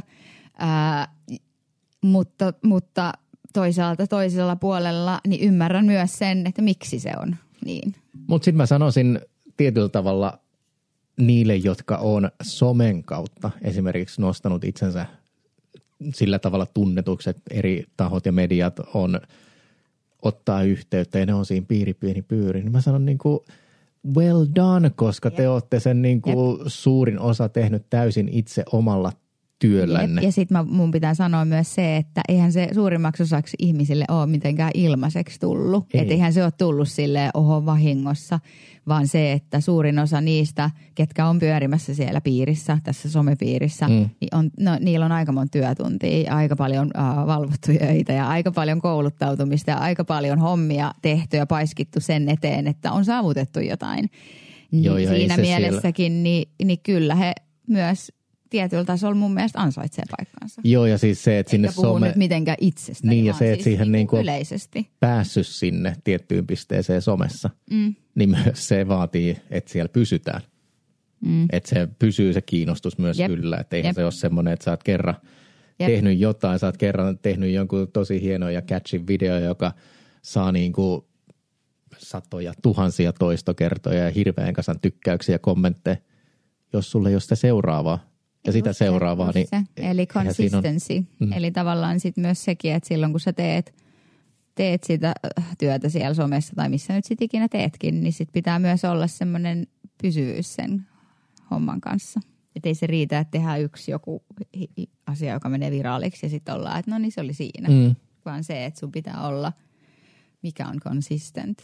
Mutta toisaalta toisella puolella niin ymmärrän myös sen, että miksi se on niin. Mutta sitten mä sanoisin tietyllä tavalla niille, jotka on somen kautta esimerkiksi nostanut itsensä sillä tavalla tunnetuksi, että eri tahot ja mediat ottaa yhteyttä ja ne on siinä pieni pyöri, niin mä sanon niin kuin well done, koska te olette sen niin kuin suurin osa tehnyt täysin itse omalla työllänne. Ja sitten mun pitää sanoa myös se, että eihän se suurimmaksi osaksi ihmisille ole mitenkään ilmaiseksi tullut. Että eihän se ole tullut silleen vahingossa, vaan se, että suurin osa niistä, ketkä on pyörimässä siellä piirissä, tässä somepiirissä, niin niillä on aika monta työtuntia, aika paljon valvottuja öitä ja aika paljon kouluttautumista ja aika paljon hommia tehty ja paiskittu sen eteen, että on saavutettu jotain. Joo, siinä mielessäkin, niin kyllä he myös tietyllä tasolla mun mielestä ansaitsee paikkansa. Joo, ja siis se, että sinne puhu nyt mitenkään itsestäni, niin, ja se, että siihen niin kuin yleisesti päässyt sinne tiettyyn pisteeseen somessa, niin myös se vaatii, että siellä pysytään. Että se pysyy se kiinnostus myös yllä, että eihän se ole semmoinen, että sä oot kerran tehnyt jotain, sä oot kerran tehnyt jonkun tosi hienon ja catchin video, joka saa niin kuin satoja, tuhansia toistokertoja ja hirveän kasan tykkäyksiä ja kommentteja, jos sulle ei ole sitä seuraavaa. Ja sitä seuraavaa. Niin eli consistency. Eli tavallaan sitten myös sekin, että silloin kun sä teet sitä työtä siellä somessa tai missä nyt sit ikinä teetkin, niin sit pitää myös olla semmoinen pysyvyys sen homman kanssa. Että ei se riitä, että tehdään yksi joku asia, joka menee viraaliksi ja sitten ollaan, että no niin se oli siinä. Vaan se, että sun pitää olla, mikä on consistent.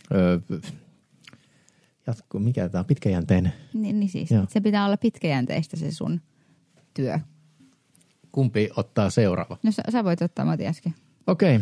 Mikä tämä on? Pitkäjänteinen. Niin siis. Se pitää olla pitkäjänteistä se sun työ. Kumpi ottaa seuraava? No sä voit ottaa Matiaskin. Okei.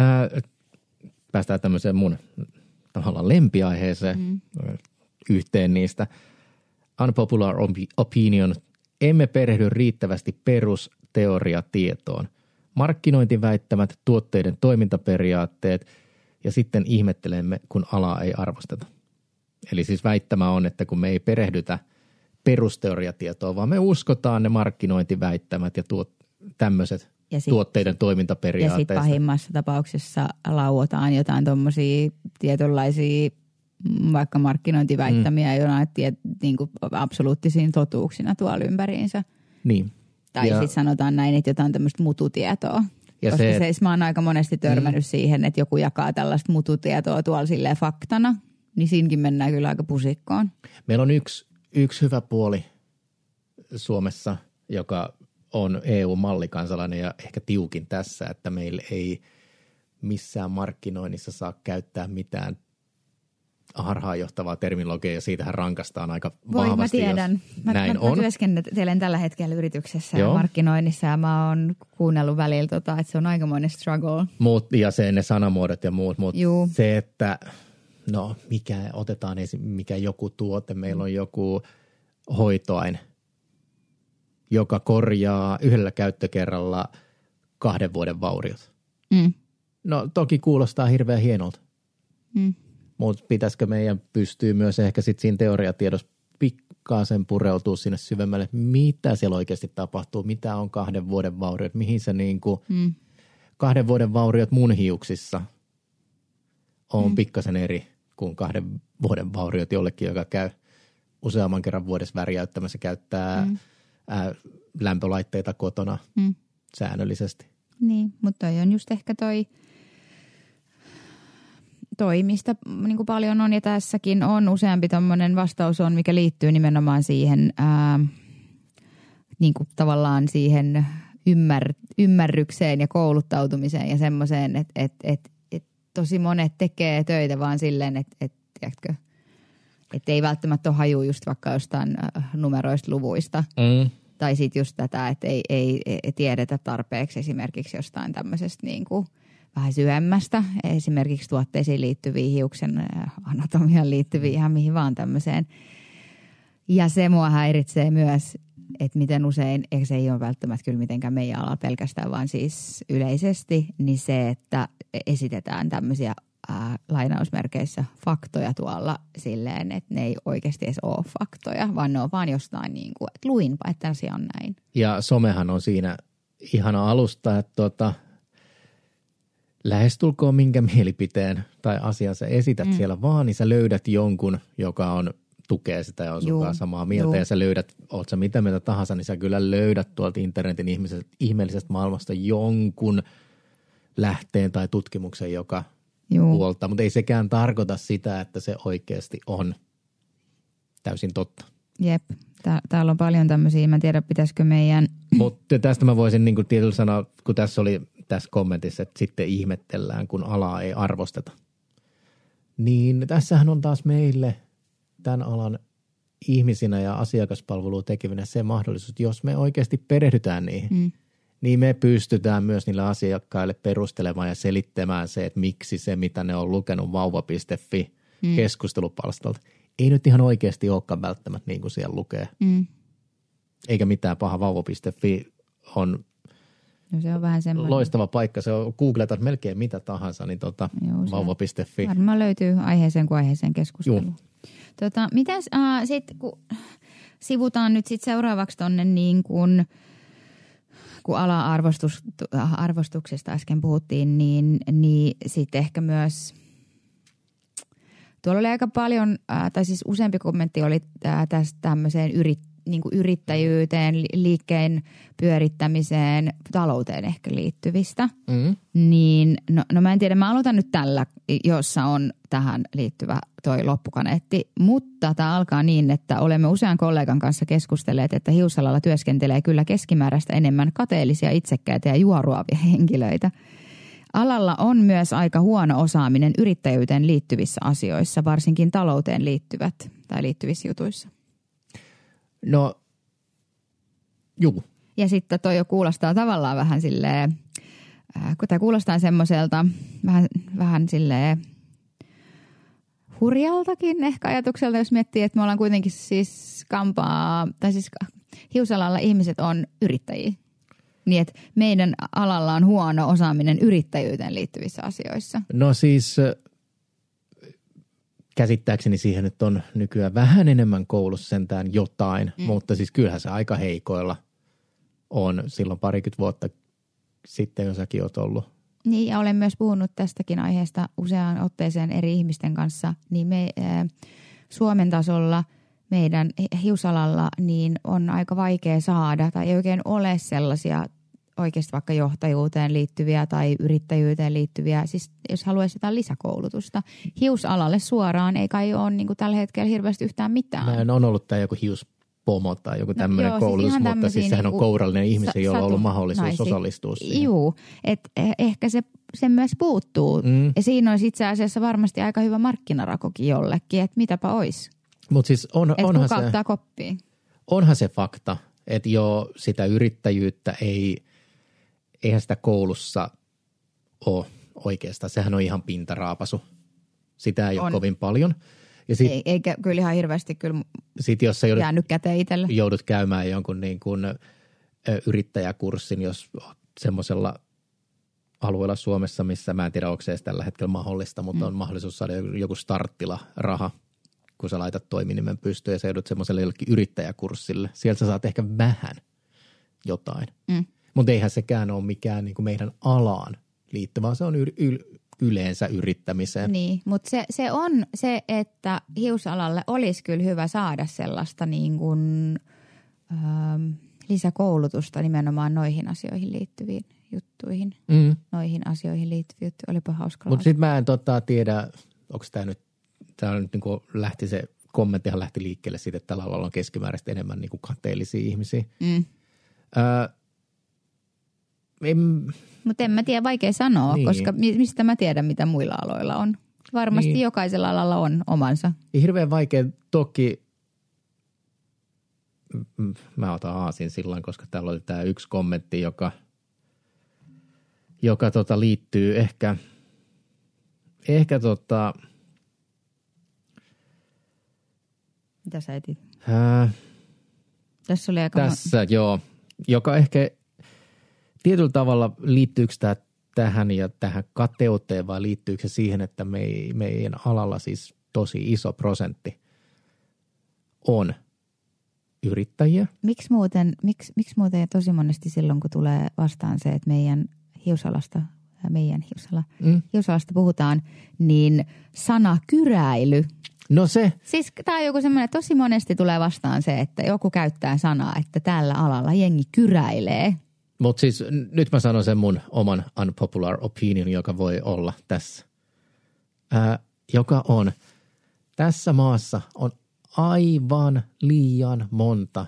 Päästään tämmöiseen mun tavallaan lempiaiheeseen yhteen niistä. Unpopular opinion. Emme perehdy riittävästi perusteoriatietoon. Markkinointiväittämät, tuotteiden toimintaperiaatteet ja sitten ihmettelemme, kun alaa ei arvosteta. Eli siis väittämä on, että kun me ei perehdytä perusteoriatietoa, vaan me uskotaan ne markkinointiväittämät ja tämmöiset tuotteiden toimintaperiaatteet. Ja sitten pahimmassa tapauksessa lauotaan jotain tuommoisia tietynlaisia vaikka markkinointiväittämiä jonain niin kuin absoluuttisiin totuuksina tuolla ympäriinsä. Niin. Tai sitten sanotaan näin, että jotain tämmöistä mututietoa. Ja koska mä oon aika monesti törmännyt siihen, että joku jakaa tällaista mututietoa tuolla silleen faktana, niin siinäkin mennään kyllä aika pusikkoon. Meillä on yksi hyvä puoli Suomessa, joka on EU-mallikansalainen ja ehkä tiukin tässä, että meillä ei missään markkinoinnissa saa käyttää mitään harhaanjohtavaa terminologiaa ja siitähän rankastaan aika vahvasti, mä tiedän. Mä työskentelen tällä hetkellä yrityksessä ja markkinoinnissa ja mä oon kuunnellut välillä, että se on aikamoinen struggle. Ja ne sanamuodot ja muut, mutta se, että no otetaan mikä joku tuote, meillä on joku hoitoaine, joka korjaa yhdellä käyttökerralla 2 vuoden vauriot. No toki kuulostaa hirveän hienolta. Mutta pitäisikö meidän pystyä myös ehkä sitten siinä teoriatiedossa pikkasen pureutua sinne syvemmälle, mitä siellä oikeasti tapahtuu, mitä on 2 vuoden vauriot, mihin se niinku 2 vuoden vauriot mun hiuksissa on pikkasen eri kuin 2 vuoden vauriot jollekin, joka käy useamman kerran vuodessa väriäyttämässä, käyttää lämpölaitteita kotona säännöllisesti. Niin, mutta toi on just ehkä toi, mistä niin kuin paljon on ja tässäkin on useampi tommoinen vastaus on, mikä liittyy nimenomaan siihen niin kuin tavallaan siihen ymmärrykseen ja kouluttautumiseen ja semmoiseen, että tosi monet tekee töitä vaan silleen, että ei välttämättä ole haju just vaikka jostain numeroista, luvuista. Tai sitten just tätä, että ei tiedetä tarpeeksi esimerkiksi jostain tämmöisestä niin kuin vähän syvemmästä, esimerkiksi tuotteisiin liittyviä, hiuksen anatomiaan liittyviä, ihan mihin vaan tämmöiseen. Ja se mua häiritsee myös, että miten usein, eikä se ei ole välttämättä kyllä mitenkään meidän ala pelkästään, vaan siis yleisesti, niin se, että esitetään tämmöisiä lainausmerkeissä faktoja tuolla silleen, että ne ei oikeasti edes ole faktoja, vaan ne on vaan jostain niin kuin, että luinpa, että asia on näin. Ja somehan on siinä ihana alusta, että lähestulkoon minkä mielipiteen tai asian sä esität siellä vaan, niin sä löydät jonkun, joka tukee sitä ja on sunkaan samaa mieltä. Ja sä löydät, oot sä mitä mieltä tahansa, niin sä kyllä löydät tuolta internetin ihmeellisestä maailmasta jonkun lähteen tai tutkimuksen, joka puoltaa. Mutta ei sekään tarkoita sitä, että se oikeasti on täysin totta. Jep. Täällä on paljon tämmöisiä, mä en tiedä pitäisikö meidän... Mutta tästä mä voisin niin kuin tietyllä sanoa, kun tässä oli tässä kommentissa, että sitten ihmettellään, kun alaa ei arvosteta. Niin tässähän on taas meille tämän alan ihmisinä ja asiakaspalvelua tekevinä se mahdollisuus, että jos me oikeasti perehdytään niihin, niin me pystytään myös niille asiakkaille perustelemaan ja selittämään se, että miksi se, mitä ne on lukenut vauva.fi keskustelupalstalta, ei nyt ihan oikeasti olekaan välttämättä niin kuin siellä lukee. Eikä mitään paha. Vauva.fi on, se on vähän loistava paikka. Se on, googletat melkein mitä tahansa, niin vauva.fi. Varmaan löytyy aiheeseen kuin aiheeseen keskusteluun. Mitäs sitten, kun sivutaan nyt sitten seuraavaksi tuonne niin kuin, kun ala-arvostuksesta äsken puhuttiin, niin sitten ehkä myös, tuolla oli aika paljon, tai siis useampi kommentti oli tästä tämmöiseen niin kuin yrittäjyyteen, liikkeen pyörittämiseen, talouteen ehkä liittyvistä. Niin, no mä en tiedä, mä aloitan nyt tällä, jossa on tähän liittyvä toi loppukaneetti. Mutta tämä alkaa niin, että olemme usean kollegan kanssa keskustelleet, että hiusalalla työskentelee kyllä keskimääräistä enemmän kateellisia, itsekkäitä ja juoruavia henkilöitä. Alalla on myös aika huono osaaminen yrittäjyyteen liittyvissä asioissa, varsinkin talouteen liittyvissä jutuissa. No, juu. Ja sitten toi jo kuulostaa tavallaan vähän silleen, kun tämä kuulostaa semmoiselta vähän silleen hurjaltakin ehkä ajatukselta, jos miettii, että me ollaan kuitenkin siis hiusalalla ihmiset on yrittäjiä. Niin, että meidän alalla on huono osaaminen yrittäjyyteen liittyvissä asioissa. No siis käsittääkseni siihen nyt on nykyään vähän enemmän koulussa sentään jotain, mutta siis kyllähän se aika heikoilla on silloin parikymmentä vuotta sitten, jos säkin oot ollut. Niin, ja olen myös puhunut tästäkin aiheesta useaan otteeseen eri ihmisten kanssa, niin me Suomen tasolla meidän hiusalalla niin on aika vaikea saada tai ei oikein ole sellaisia oikeasti vaikka johtajuuteen liittyviä tai yrittäjyyteen liittyviä, siis jos haluaisi jotain lisäkoulutusta. Hiusalalle suoraan ei kai ole niin kuin tällä hetkellä hirveästi yhtään mitään. On ollut tämä joku hiuspomo tai joku tämmöinen koulutus, siis mutta siis sehän on kourallinen ihmisiä, jolla on ollut mahdollisuus osallistua siihen. Joo, että ehkä se myös puuttuu. Ja siinä olisi itse asiassa varmasti aika hyvä markkinarakokin jollekin, että mitäpä olisi. Mutta siis onhan kuka ottaa koppiin? Onhan se fakta, että jo sitä yrittäjyyttä eihän sitä koulussa ole oikeastaan. Sehän on ihan pintaraapasu. Sitä ei ole kovin paljon. Ja eikä kyllä ihan hirveästi kyllä jos sä jäänyt käteen itselle. Joudut käymään jonkun niin kuin yrittäjäkurssin, jos semmoisella alueella Suomessa, missä mä en tiedä, onko se edes tällä hetkellä mahdollista, mutta on mahdollisuus saada joku starttila-raha, kun sä laitat toiminimen pystyyn ja sä joudut semmoiselle jollekin yrittäjäkurssille. Sieltä sä saat ehkä vähän jotain. Mutta eihän sekään ole mikään niin kuin meidän alaan liittyvä, se on yleensä yrittämiseen. Niin, mutta se on se, että hiusalalle olisi kyllä hyvä saada sellaista niin kuin, lisäkoulutusta nimenomaan noihin asioihin liittyviin juttuihin. Noihin asioihin liittyviin juttuihin. Olipa hauska. Mutta sitten mä en tiedä, onko tämä nyt niin kuin se kommenttihan lähti liikkeelle siitä, että tällä alalla on keskimääräisesti enemmän niin kuin kateellisia ihmisiä. Mutta en mä tiedä, vaikea sanoa, koska mistä mä tiedän, mitä muilla aloilla on. Varmasti jokaisella alalla on omansa. Hirveän vaikea toki. mä otan aasin silloin, koska täällä oli tämä yksi kommentti, joka liittyy ehkä mitä sä etit? Tässä oli aika... Tässä, joo. Joka ehkä tietyllä tavalla liittyykö tämä tähän ja tähän kateuteen vai liittyykö se siihen, että meidän alalla siis tosi iso prosentti on yrittäjiä. Miksi muuten tosi monesti silloin, kun tulee vastaan se, että hiusalasta puhutaan, niin sana kyräily. No se. Siis tämä on joku semmoinen, tosi monesti tulee vastaan se, että joku käyttää sanaa, että tällä alalla jengi kyräilee. Mutta siis nyt mä sanon sen mun oman unpopular opinion, joka voi olla tässä. Joka on, tässä maassa on aivan liian monta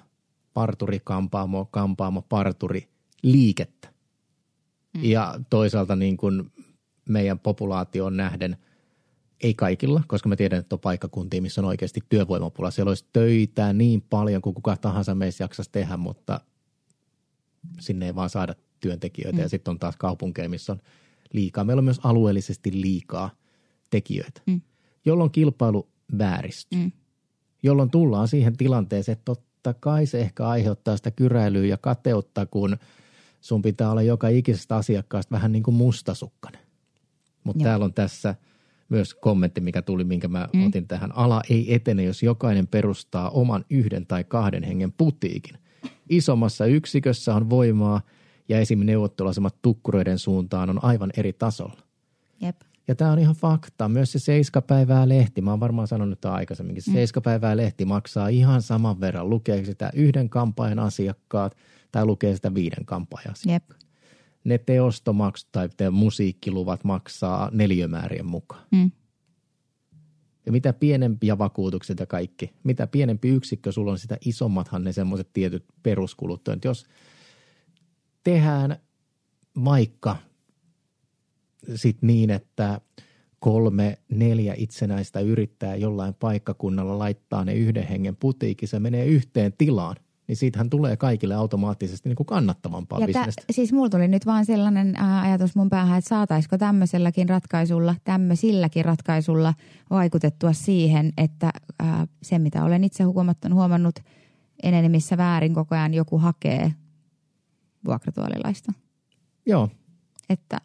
parturi-liikettä. Ja toisaalta niin kuin meidän populaatioon nähden, ei kaikilla, koska mä tiedän, että on paikkakuntia, missä on oikeasti työvoimapula. Siellä olisi töitä niin paljon kuin kuka tahansa meistä jaksaisi tehdä, mutta sinne ei vaan saada työntekijöitä. Ja sitten on taas kaupunkeja, missä on liikaa. Meillä on myös alueellisesti liikaa tekijöitä, jolloin kilpailu vääristyy. Jolloin tullaan siihen tilanteeseen, että totta kai se ehkä aiheuttaa sitä kyräilyä ja kateutta, kun sun pitää olla joka ikisestä asiakkaasta vähän niin kuin mustasukkainen. Mutta täällä on tässä myös kommentti, mikä tuli, minkä mä otin tähän. Ala ei etene, jos jokainen perustaa oman 1 tai 2 hengen putiikin. Isommassa yksikössä on voimaa ja esim. Neuvotteluasemat tukkuroiden suuntaan on aivan eri tasolla. Jep. Ja tämä on ihan fakta. Myös se 7-päivää lehti, mä oon varmaan sanonut tämä aikaisemminkin, se 7-päivää lehti maksaa ihan saman verran. Lukee sitä 1 kampanjan asiakkaat tai lukee sitä 5 kampanjan asiakkaat. Jep. Ne teostomaksut tai musiikkiluvat maksaa neliömäärien mukaan. Ja mitä pienempiä vakuutukset ja kaikki, mitä pienempi yksikkö sulla on, sitä isommathan ne semmoiset tietyt peruskulut on. Jos tehdään vaikka sitten niin, että 3-4 itsenäistä yrittäjää jollain paikkakunnalla laittaa ne 1 hengen putiikki, se menee yhteen tilaan, niin siitähän tulee kaikille automaattisesti niin kuin kannattavampaa bisnestä. Siis mulla tuli nyt vaan sellainen ajatus mun päähän, että saataisiko tämmöisilläkin ratkaisulla vaikutettua siihen, että se mitä olen itse huomannut enemmissa väärin koko ajan joku hakee vuokratuolilaista. Joo. Että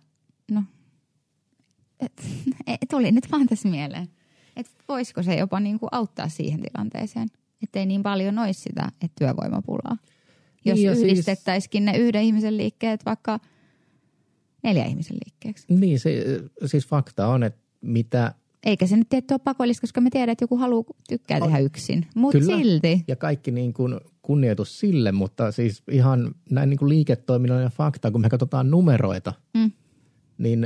tuli nyt vaan tässä mieleen, että voisiko se jopa niin kuin auttaa siihen tilanteeseen. Että ei niin paljon olisi sitä, että työvoimapulaa. Jos yhdistettäisikin ne 1 ihmisen liikkeet vaikka 4 ihmisen liikkeeksi. Niin, siis fakta on, että mitä... Eikä se nyt tietty ole pakollista, koska me tiedän, että joku tykkää tehdä yksin. Mutta silti. Ja kaikki niin kuin kunnioitus sille, mutta siis ihan näin niin kuin liiketoiminnan ja fakta, kun me katsotaan numeroita, niin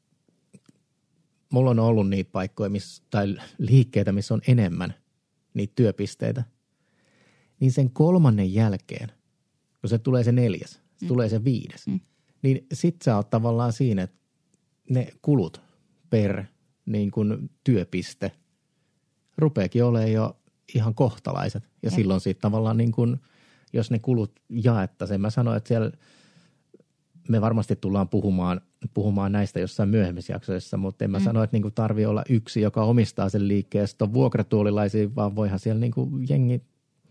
mulla on ollut niitä paikkoja tai liikkeitä, missä on enemmän niitä työpisteitä, niin sen 3. jälkeen, kun se tulee se 4, se tulee se 5, niin sit sä oot tavallaan siinä, että ne kulut per niin kuin työpiste rupeekin olemaan jo ihan kohtalaiset. Ja silloin siitä tavallaan niin kuin, jos ne kulut jaettaisiin, mä sanoin, että siellä me varmasti tullaan puhumaan näistä jossain myöhemmissä jaksoissa, mutta en mä sano, että niinku tarvii olla yksi, joka omistaa sen liikkeen. Ja sitten on vuokratuolilaisia, vaan voihan siellä niinku jengi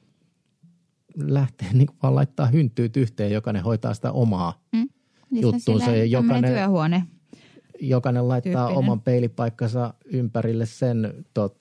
lähteä niinku vaan laittaa hynttyyt yhteen, jokainen hoitaa sitä omaa juttuunsa. Ja jokainen laittaa oman peilipaikkansa ympärille sen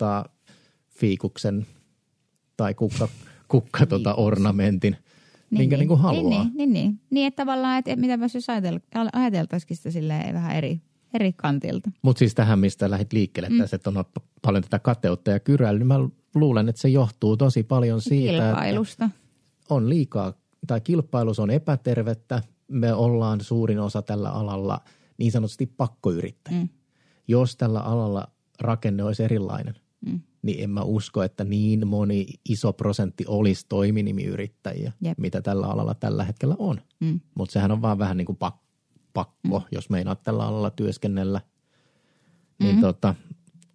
fiikuksen tai kukka ornamentin. Minkä niin kuin haluaa. Niin, että tavallaan, että mitäpäs jos ajateltaisikin sitä silleen vähän eri kantilta. Mutta siis tähän, mistä lähdit liikkeelle tässä, että on paljon tätä kateutta ja kyräilyä, niin mä luulen, että se johtuu tosi paljon siitä, kilpailusta. Että on liikaa, tai kilpailus on epätervettä. Me ollaan suurin osa tällä alalla niin sanotusti pakkoyrittäjiä. Jos tällä alalla rakenne olisi erilainen, niin en mä usko, että niin moni iso prosentti olisi toiminimiyrittäjiä, mitä tällä alalla tällä hetkellä on. Mutta sehän on vaan vähän niin kuin pakko, jos meinaat tällä alalla työskennellä, niin olla.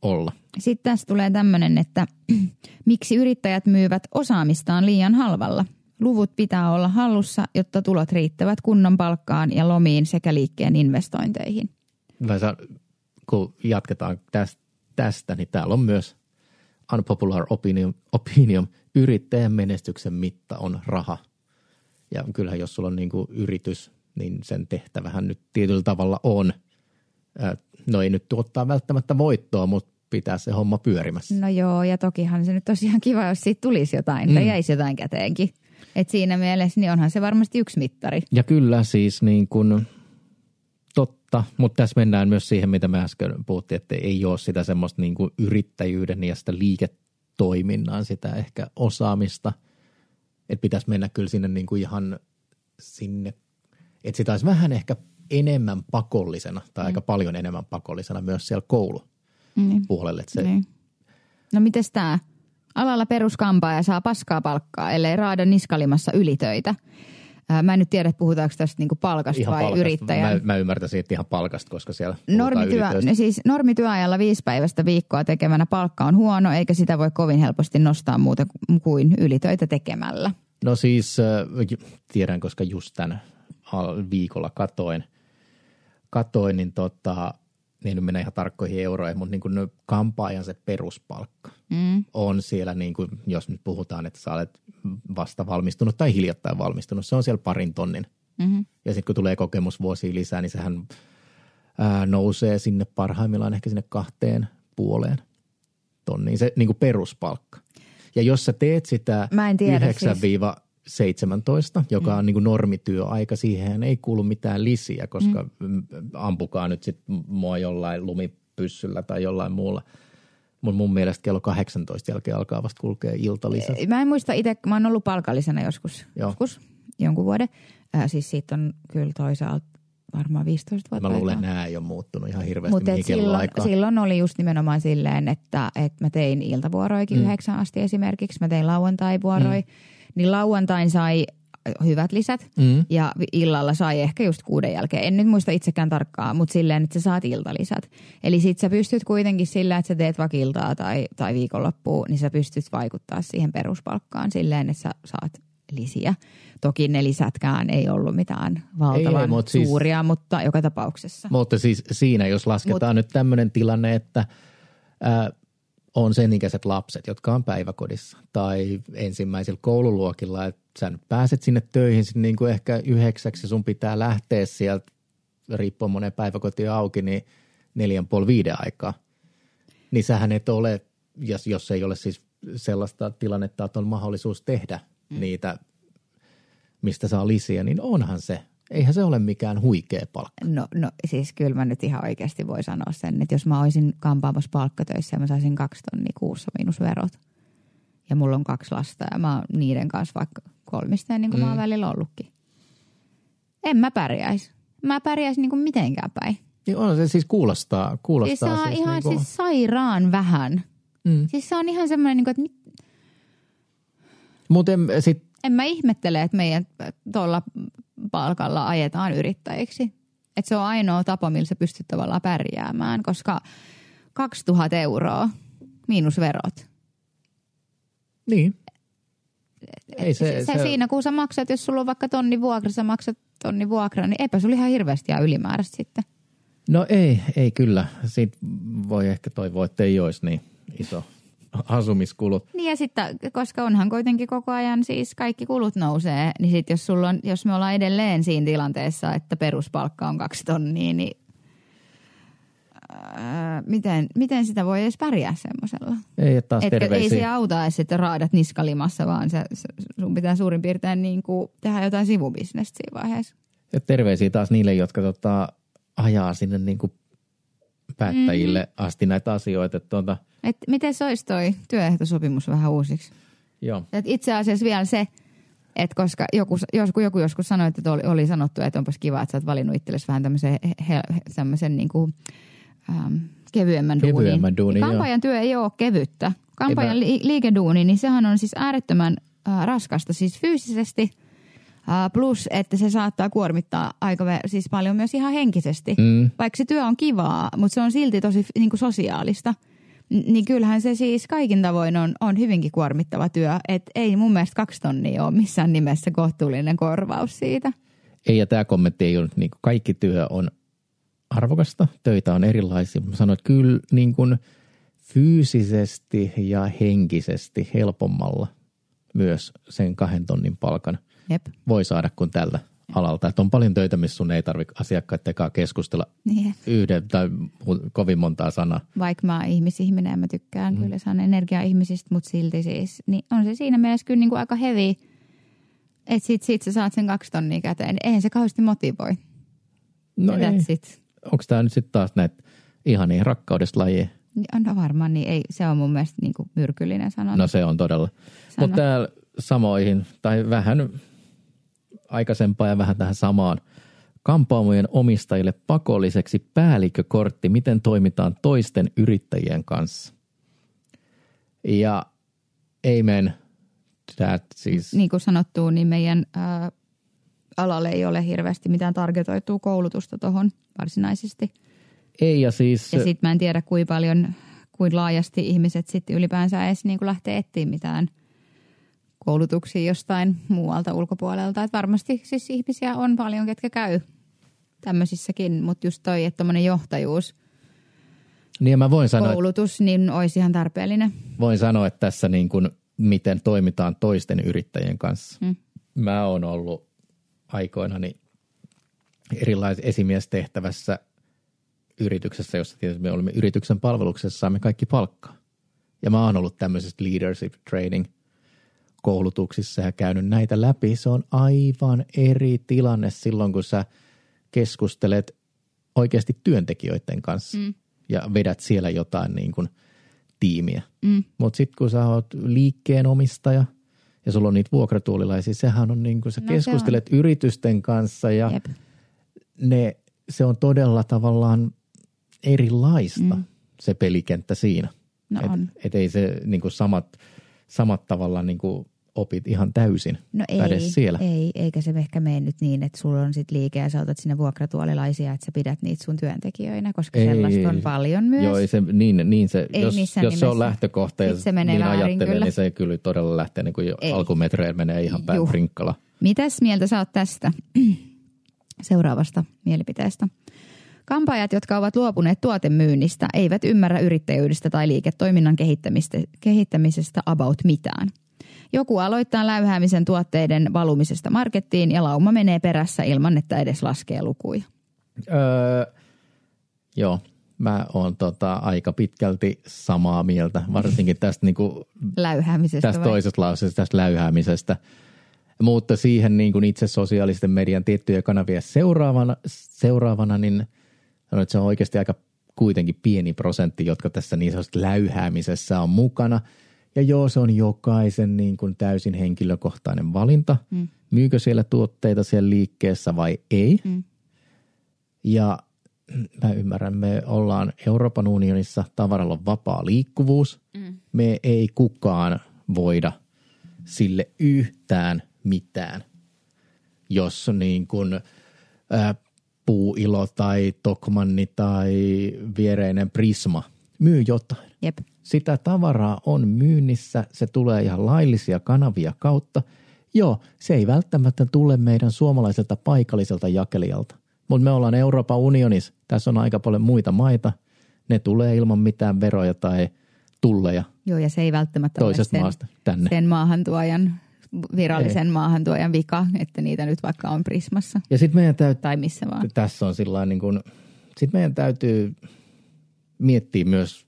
Sitten tässä tulee tämmöinen, että miksi yrittäjät myyvät osaamistaan liian halvalla? Luvut pitää olla hallussa, jotta tulot riittävät kunnon palkkaan ja lomiin sekä liikkeen investointeihin. Kun jatketaan tästä, niin täällä on myös unpopular opinion. Yrittäjän menestyksen mitta on raha. Ja kyllähän jos sulla on niin kuin yritys, niin sen tehtävähän nyt tietyllä tavalla on. No ei nyt tuottaa välttämättä voittoa, mutta pitää se homma pyörimässä. No joo, ja tokihan se nyt tosiaan kiva, jos siitä tulisi jotain tai jäisi jotain käteenkin. Et siinä mielessä niin onhan se varmasti yksi mittari. Ja kyllä siis niin kuin totta, mutta tässä mennään myös siihen, mitä me äsken puhuttiin, että ei ole sitä semmoista niin kuin yrittäjyyden ja sitä liiketoiminnan, sitä ehkä osaamista. Että pitäisi mennä kyllä sinne niin kuin ihan sinne, että sitä olisi vähän ehkä enemmän pakollisena tai aika paljon enemmän pakollisena myös siellä koulupuolelle. Niin. No mites tämä? Alalla peruskampaaja saa paskaa palkkaa, ellei raada niskalimassa ylitöitä. Mä en nyt tiedä, että puhutaanko tästä niinku palkasta ihan vai palkasta. yrittäjän. Mä ymmärtäisin, että ihan palkasta, koska siellä puhutaan Normityöajalla 5 päivästä viikkoa tekemänä palkka on huono, eikä sitä voi kovin helposti nostaa muuta kuin ylitöitä tekemällä. No siis tiedän, koska just tämän viikolla katoin niin niin nyt mennään ihan tarkkoihin euroihin, mutta niin kuin kampaajan se peruspalkka on siellä, niin kuin, jos nyt puhutaan, että sä olet vasta valmistunut tai hiljattain valmistunut, se on siellä 2 tonnin. Mm-hmm. Ja sitten kun tulee kokemusvuosia lisää, niin sehän nousee sinne parhaimmillaan ehkä sinne 2,5 tonniin, se niin kuin peruspalkka. Ja jos sä teet sitä 9-17, joka on niin kuin normityöaika, siihen ei kuulu mitään lisiä, koska ampukaa nyt sitten mua jollain lumipyssyllä tai jollain muulla. Mun mielestä kello 18 jälkeen alkaa vasta kulkea iltalisät. Mä en muista itse, mä oon ollut palkallisena joskus jonkun vuoden. Siis siitä on kyllä toisaalta varmaan 15 vuotta. Mä luulen, että nämä ei ole muuttunut ihan hirveästi mihin kelloaikaan. Silloin oli just nimenomaan silleen, että mä tein iltavuoroikin 9 asti esimerkiksi. Mä tein lauantaivuoroja. Niin lauantain sai hyvät lisät ja illalla sai ehkä just 6 jälkeen. En nyt muista itsekään tarkkaan, mutta silleen, että sä saat iltalisät. Eli sit sä pystyt kuitenkin sillä, että sä teet vaikka iltaa tai viikonloppua, niin sä pystyt vaikuttaa siihen peruspalkkaan silleen, että sä saat lisiä. Toki ne lisätkään ei ollut mitään valtavan suuria, mutta joka tapauksessa. Mutta siis siinä, jos lasketaan nyt tämmöinen tilanne, että on sen ikäiset lapset, jotka on päiväkodissa tai ensimmäisillä koululuokilla, että sä nyt pääset sinne töihin sitten niin kuin ehkä 9 ja sun pitää lähteä sieltä, riippuen monen päiväkoti auki, niin 4:30 aikaa. Niin sähän et ole, jos ei ole siis sellaista tilannetta, että on mahdollisuus tehdä niitä, mistä saa lisiä, niin onhan se. Eihän se ole mikään huikea palkka. No siis kyllä mä nyt ihan oikeasti voi sanoa sen, että jos mä olisin kampaamassa palkkatöissä ja mä saisin 2 tonnia kuussa miinus verot ja mulla on 2 lasta ja mä oon niiden kanssa vaikka 3 niin kuin mä oon välillä ollutkin. En mä pärjäisi. Mä pärjäisin niin kuin mitenkään päin. Niin on se siis kuulostaa siis se on ihan niin kuin siis sairaan vähän. Siis se on ihan semmoinen niin kuin, että en mä ihmettele, että meidän tuolla palkalla ajetaan yrittäjiksi. Että se on ainoa tapa, millä sä pystyt tavallaan pärjäämään, koska 2 000 € miinus verot. Niin. Ei se siinä, kun sä maksat, jos sulla on vaikka tonnin vuokra, sä maksat tonnin vuokra, niin eipä sulla ihan hirveästi jää ylimääräistä sitten. No ei kyllä. Siitä voi ehkä toivoa, että ei olisi niin iso asumiskulut. Niin ja sitten, koska onhan kuitenkin koko ajan siis kaikki kulut nousee, niin sitten jos me ollaan edelleen siinä tilanteessa, että peruspalkka on 2 tonnia, niin miten sitä voi edes pärjää semmoisella? Ei taas terveisiä. Ei se auta edes, että raadat niskalimassa, vaan sun pitää suurin piirtein niin kuin tehdä jotain sivubisnestä siinä vaiheessa. Ja terveisiä taas niille, jotka ajaa sinne niin kuin päättäjille asti näitä asioita. Miten se olisi toi työehtosopimus vähän uusiksi? Joo. Et itse asiassa vielä se, että koska joku joskus sanoi, että oli sanottu, että onpas kiva, että sä oot valinnut itsellesi vähän tämmöisen niin kuin, kevyemmän duunin. Kampaajan työ ei ole kevyttä. Kampaajan liikeduuni, niin sehän on siis äärettömän raskasta, siis fyysisesti plus, että se saattaa kuormittaa aika siis paljon myös ihan henkisesti. Vaikka se työ on kivaa, mutta se on silti tosi niin kuin sosiaalista. Niin kyllähän se siis kaikin tavoin on hyvinkin kuormittava työ. Että ei mun mielestä 2 tonnia ole missään nimessä kohtuullinen korvaus siitä. Ei, ja tämä kommentti ei ole, niin kuin kaikki työ on arvokasta, töitä on erilaisia. Mä sanoin, että kyllä niin kuin fyysisesti ja henkisesti helpommalla myös sen 2 tonnin palkan voi saada kuin tällä alalta. Että on paljon töitä, missä sun ei tarvitse asiakkaiden kanssa keskustella yhden tai kovin montaa sanaa. Vaikka mä oon ihmisihminen ja mä tykkään kyllä saan energiaa ihmisistä, mutta silti siis, niin on se siinä mielessä kyllä niin kuin aika heavy, että sit sä saat sen 2 tonnia käteen. Eihän se kauheasti motivoi. No ei. Onko tämä nyt sitten taas näitä ihania rakkaudesta lajeja? No varmaan, niin ei, se on mun mielestä niin kuin myrkyllinen sana. No se on todella. Mutta täällä samoihin, tai vähän aikaisempaa ja vähän tähän samaan, kampaamojen omistajille pakolliseksi päällikkökortti, miten toimitaan toisten yrittäjien kanssa. Ja amen. Siis. Niin kuin sanottu, niin meidän alalle ei ole hirveästi mitään targetoitua koulutusta tuohon varsinaisesti. Ei ja siis. Ja sitten mä en tiedä kuinka laajasti ihmiset sitten ylipäänsä edes niin kuin lähtee etsiä mitään koulutuksia jostain muualta ulkopuolelta. Että varmasti siis ihmisiä on paljon, ketkä käy tämmöisissäkin, mutta just toi, että tommoinen johtajuus, niin mä voin sanoa, koulutus, niin olisi ihan tarpeellinen. Voin sanoa, että tässä niin kuin, miten toimitaan toisten yrittäjien kanssa. Mä oon ollut aikoinani erilaisessa esimiestehtävässä yrityksessä, jossa tietysti me olimme yrityksen palveluksessa, saamme kaikki palkkaa. Ja mä oon ollut tämmöisessä leadership training koulutuksissa ja käynyt näitä läpi. Se on aivan eri tilanne silloin, kun sä keskustelet oikeasti työntekijöiden kanssa ja vedät siellä jotain niin kuin tiimiä. Mutta sitten kun sä oot liikkeenomistaja ja sulla on niitä vuokratuolilaisia, sehän on niin kuin sä keskustelet yritysten kanssa ja se on todella tavallaan erilaista se pelikenttä siinä. No et ei se niin kuin samat tavallaan niin kuin opit ihan täysin pädes siellä. Eikä se ehkä mene nyt niin, että sulla on sit liike ja sä otat sinne vuokratuolilaisia, että sä pidät niitä sun työntekijöinä, koska sellaista on paljon myös. Joo, jos se on lähtökohta ja niin ajattelee, niin se kyllä todella lähtee niin kuin jo alkumetreillä menee ihan päin prinkkala. Mitäs mieltä sä oot tästä seuraavasta mielipiteestä? Kampaajat, jotka ovat luopuneet tuotemyynnistä, eivät ymmärrä yrittäjyydestä tai liiketoiminnan kehittämisestä about mitään. Joku aloittaa läyhäämisen tuotteiden valumisesta markettiin ja lauma menee perässä ilman, että edes laskee lukuja. Joo, mä oon aika pitkälti samaa mieltä, varsinkin tästä niinku, tästä toisesta lauseesta, tästä läyhäämisestä. Mutta siihen niin kuin itse sosiaalisten median tiettyjä kanavia seuraavana niin sanon, että se on oikeasti aika kuitenkin pieni prosentti, jotka tässä niin sanotusti läyhäämisessä on mukana. Ja joo, se on jokaisen niin kuin täysin henkilökohtainen valinta. Myykö siellä tuotteita siellä liikkeessä vai ei? Ja mä ymmärrän, me ollaan Euroopan unionissa, tavaralla on vapaa liikkuvuus. Me ei kukaan voida sille yhtään mitään, jos niin kuin Puuilo tai Tokmanni tai viereinen Prisma myy jotain. Jep. Sitä tavaraa on myynnissä, se tulee ihan laillisia kanavia kautta. Joo, se ei välttämättä tule meidän suomalaiselta paikalliselta jakelijalta, mutta me ollaan Euroopan unionissa, tässä on aika paljon muita maita, ne tulee ilman mitään veroja tai tulleja. Joo, ja se ei välttämättä toisesta ole maasta tänne. Sen maahantuojan, virallisen maahantuojan vika, että niitä nyt vaikka on Prismassa. Ja sitten meidän täytyy, tai missä vaan. Tässä on sillain niin kuin, sitten meidän täytyy miettiä myös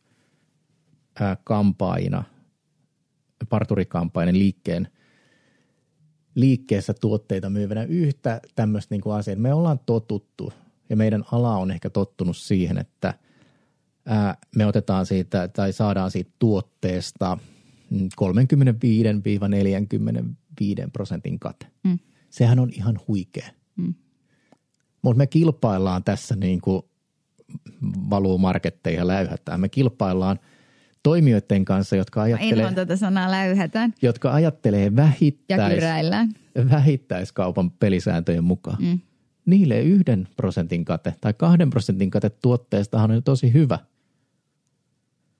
kampaajina, parturikampaajien liikkeessä tuotteita myyvänä yhtä tämmöistä niin kuin asiaa. Me ollaan totuttu ja meidän ala on ehkä tottunut siihen, että me otetaan siitä tai saadaan siitä tuotteesta 35-45% kate. Sehän on ihan huikea. Mutta me kilpaillaan tässä niin kuin valuu marketteja ja läyhätään. Me kilpaillaan toimijoiden kanssa, jotka ajattelee... Ilman tuota sanaa läyhätään. Jotka ajattelee vähittäiskaupan pelisääntöjen mukaan. Niille 1% kate tai 2% kate tuotteestahan on tosi hyvä.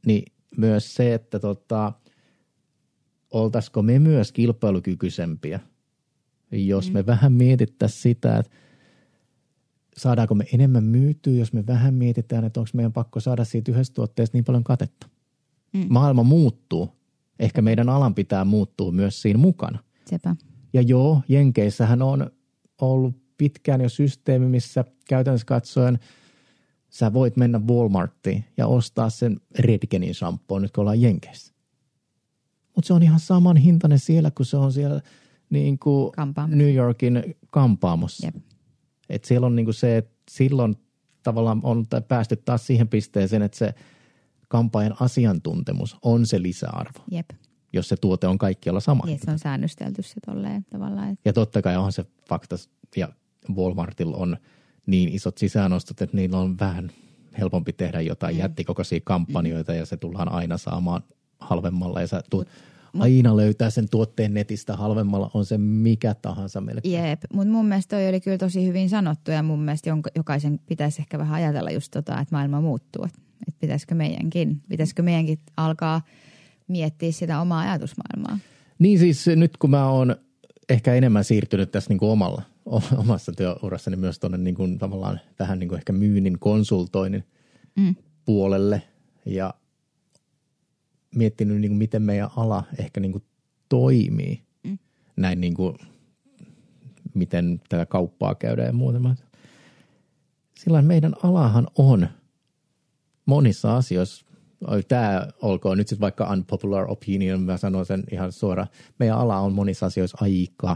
niin myös se, että oltaisiko me myös kilpailukykyisempiä, jos me vähän mietittäisiin sitä, että saadaanko me enemmän myytyä, jos me vähän mietitään, että onko meidän pakko saada siitä yhdestä tuotteesta niin paljon katetta. Maailma muuttuu. Ehkä meidän alan pitää muuttua myös siinä mukana. Sepä. Ja joo, Jenkeissähän on ollut pitkään jo systeemi, missä käytännössä katsoen sä voit mennä Walmartiin ja ostaa sen Redkenin shampoon nyt kun ollaan Jenkeissä. Mutta se on ihan saman hintainen siellä, kun se on siellä niin kuin New Yorkin kampaamossa. Jep. Et siellä on niin kuin se, että silloin tavallaan on päästy taas siihen pisteeseen, että se kampaajan asiantuntemus on se lisäarvo. Jep. Jos se tuote on kaikkialla sama. Ja se on säännöstelty se tolleen tavallaan. Että... Ja totta kai onhan se fakta, ja Walmartilla on niin isot sisäänostot, että niillä on vähän helpompi tehdä jotain jättikokoisia kampanjoita ja se tullaan aina saamaan halvemmalla ja sä tulet aina löytää sen tuotteen netistä halvemmalla, on se mikä tahansa melkein. Jep, mutta mun mielestä toi oli kyllä tosi hyvin sanottu ja mun mielestä jokaisen pitäisi ehkä vähän ajatella just että maailma muuttuu, että pitäisikö meidänkin alkaa miettiä sitä omaa ajatusmaailmaa. Niin siis nyt kun mä oon ehkä enemmän siirtynyt tässä niin kuin omassa työurassani myös tuonne niin kuin tavallaan vähän niin kuin ehkä myynnin konsultoinnin puolelle ja miettinyt niin kuin miten meidän ala ehkä niin kuin toimii. Näin niin kuin miten tätä kauppaa käydään ja muuta. Silloin meidän alahan on monissa asioissa, tämä olkoon nyt sitten vaikka unpopular opinion, mä sanon sen ihan suoraan, meidän ala on monissa asioissa aika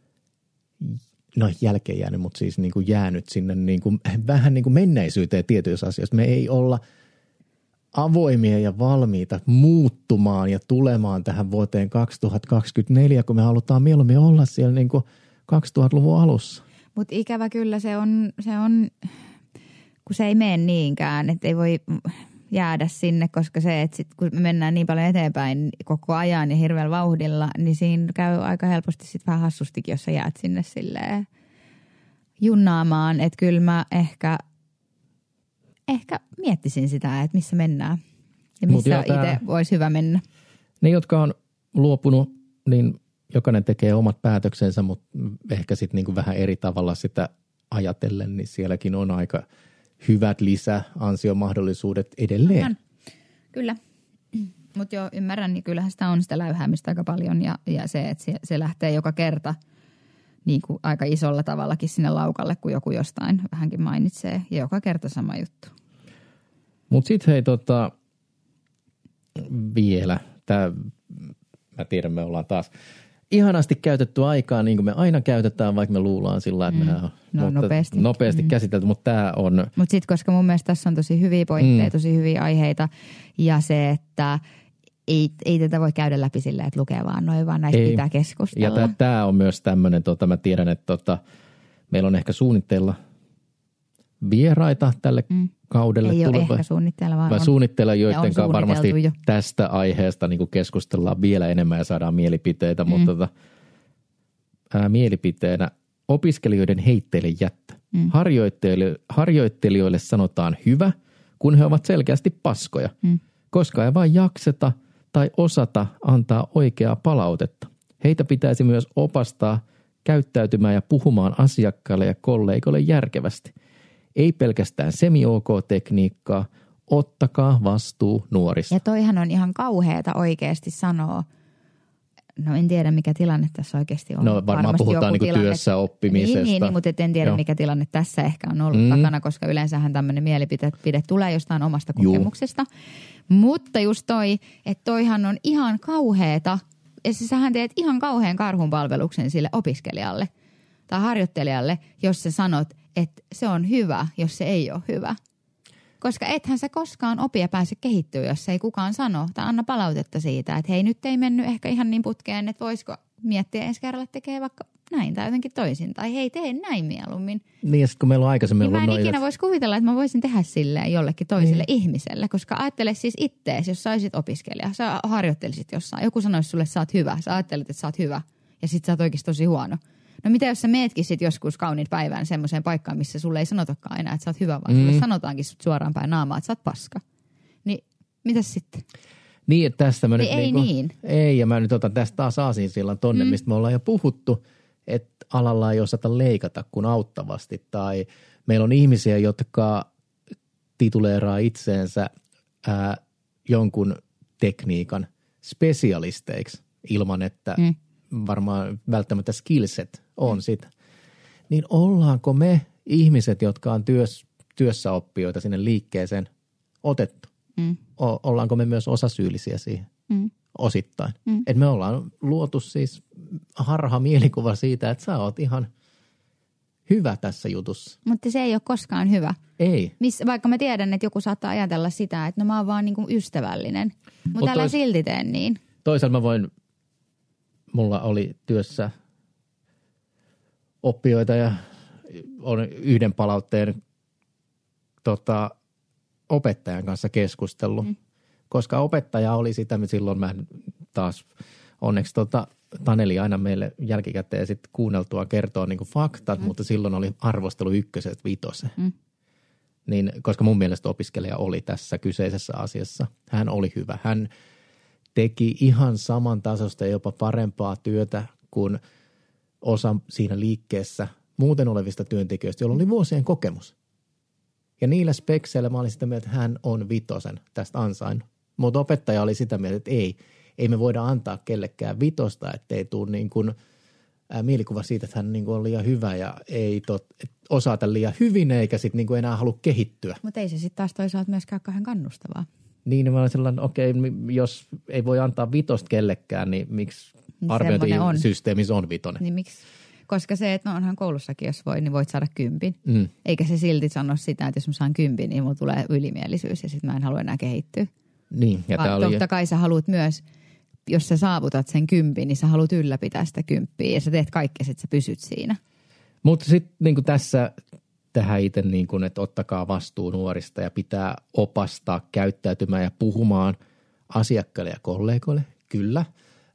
jälkeen jäänyt, mutta siis niin kuin jäänyt sinne niin kuin, vähän niin kuin menneisyyteen tietyissä asioissa. Me ei olla avoimia ja valmiita muuttumaan ja tulemaan tähän vuoteen 2024, kun me halutaan mieluummin olla siellä niin kuin 2000-luvun alussa. Mutta ikävä kyllä se on, kun se ei mene niinkään, että ei voi jäädä sinne, koska se, että sit, kun me mennään niin paljon eteenpäin koko ajan ja hirveällä vauhdilla, niin siinä käy aika helposti sitten vähän hassustikin, jos sä jäät sinne silleen junnaamaan, että kyllä mä ehkä miettisin sitä, että missä mennään ja missä itse olisi hyvä mennä. Ne, jotka on luopunut, niin jokainen tekee omat päätöksensä, mutta ehkä sitten niin kuin vähän eri tavalla sitä ajatellen, niin sielläkin on aika hyvät lisäansiomahdollisuudet edelleen. Kyllä, mutta joo ymmärrän, niin kyllähän sitä on sitä läyhäämistä aika paljon ja se, että se lähtee joka kerta niin kuin aika isolla tavallakin sinne laukalle, kun joku jostain vähänkin mainitsee ja joka kerta sama juttu. Mutta sitten hei vielä, mä tiedän me ollaan taas ihanasti käytetty aikaa, niin kuin me aina käytetään, vaikka me luullaan sillä, että me on nopeasti käsitelty, mutta tämä on... Mutta sitten, koska mun mielestä tässä on tosi hyviä pointteja, tosi hyviä aiheita ja se, että ei tätä voi käydä läpi silleen, että lukee vaan noin, vaan näistä pitää keskustella. Ja tämä on myös tämmöinen, mä tiedän, että meillä on ehkä suunnitteilla vieraita tälle kaudelle. Ei ole ehkä suunnitteilla, vaan suunnitteilla, joiden kanssa varmasti tästä aiheesta niin kuin keskustellaan vielä enemmän ja saadaan mielipiteitä, mutta mielipiteenä opiskelijoiden heitteille jättä. Harjoittelijoille sanotaan hyvä, kun he ovat selkeästi paskoja, koska ei vain jakseta tai osata antaa oikeaa palautetta. Heitä pitäisi myös opastaa käyttäytymään ja puhumaan asiakkaille ja kollegoille järkevästi. Ei pelkästään semi-OK-tekniikkaa, ottakaa vastuu nuorista. Ja toihan on ihan kauheata oikeasti sanoa. No en tiedä, mikä tilanne tässä oikeasti on. No varmaan puhutaan niin työssä oppimisesta. Niin, mutta en tiedä, mikä tilanne tässä ehkä on ollut takana, koska yleensähän tämmöinen mielipide tulee jostain omasta kokemuksesta. Mutta just että toihan on ihan kauheata. Ja sähän teet ihan kauhean karhunpalveluksen sille opiskelijalle tai harjoittelijalle, jos sä sanot, että se on hyvä, jos se ei ole hyvä. Koska ethän sä koskaan opi ja pääse kehittyä, jos ei kukaan sano tai anna palautetta siitä, että hei nyt ei mennyt ehkä ihan niin putkeen, että voisiko miettiä ensi kerralla tekee vaikka näin tai jotenkin toisin. Tai hei tee näin mieluummin. Niin ja sitten kun meillä on aikaisemmin niin ollut mä en ikinä voisi kuvitella, että mä voisin tehdä silleen jollekin toiselle ihmiselle. Koska ajattele siis ittees, jos sä olisit opiskelija, sä harjoittelisit jossain. Joku sanoisi sulle, että sä oot hyvä. Sä ajattelet, että sä oot hyvä ja sit sä oot oikeasti tosi huono. No mitä jos sä meetkin sit joskus kauniin päivään semmoiseen paikkaan, missä sulle ei sanotakaan enää, että sä oot hyvä, vaan sulle sanotaankin suoraan päin naamaa, että sä oot paska. Niin Mitäs sitten? Niin, että tästä mä nyt ei niin. Ei, ja mä nyt otan tästä taas aasinsillan tonne, mistä me ollaan jo puhuttu, että alalla ei osata leikata kuin auttavasti. Tai meillä on ihmisiä, jotka tituleeraa itseensä jonkun tekniikan spesialisteiksi ilman, että varmaan välttämättä skillset on sitä. Niin ollaanko me ihmiset, jotka on työssäoppijoita sinne liikkeeseen otettu? Ollaanko me myös osasyyllisiä siihen osittain? Että me ollaan luotu siis harha mielikuva siitä, että sä oot ihan hyvä tässä jutussa. Mutta se ei ole koskaan hyvä. Ei. Vaikka mä tiedän, että joku saattaa ajatella sitä, että no mä oon vaan niinku ystävällinen. Mutta älä silti tee niin. Toisaalta mulla oli työssä oppijoita ja on yhden palautteen opettajan kanssa keskustellut, koska opettaja oli sitä, silloin mä taas onneksi Taneli aina meille jälkikäteen sitten kuunneltua kertoo niin kuin faktat, mutta silloin oli arvostelu 1-5. Niin, koska mun mielestä opiskelija oli tässä kyseisessä asiassa. Hän oli hyvä. Hän teki ihan saman tasosta ja jopa parempaa työtä kuin osa siinä liikkeessä muuten olevista työntekijöistä, joilla oli vuosien kokemus. Ja niillä spekseillä mä olin sitä mieltä, että hän on 5 tästä ansainnut. Mutta opettaja oli sitä mieltä, että ei me voida antaa kellekään 5, ettei tule niin kuin mielikuva siitä, että hän niin kuin on liian hyvä ja ei osata liian hyvin eikä sitten niin kuin enää halua kehittyä. Mutta ei se sitten taas toisaalta myöskään kauhean kannustavaa. Niin, mä olen sellainen, okei, jos ei voi antaa 5 kellekään, niin miksi arviointisysteemissä on 5? Niin miksi? Koska se, että onhan koulussakin, jos voi, niin voit saada 10. Eikä se silti sano sitä, että jos mä saan 10, niin mulla tulee ylimielisyys ja sitten mä en halua enää kehittyä. Niin, ja tämä oli... Totta kai sä haluat myös, jos sä saavutat sen 10, niin sä haluat ylläpitää sitä 10 ja sä teet kaikkea, että sä pysyt siinä. Mutta sitten niin tässä tähän itse, niin kuin, että ottakaa vastuu nuorista ja pitää opastaa käyttäytymään ja puhumaan asiakkaille ja kollegoille. Kyllä.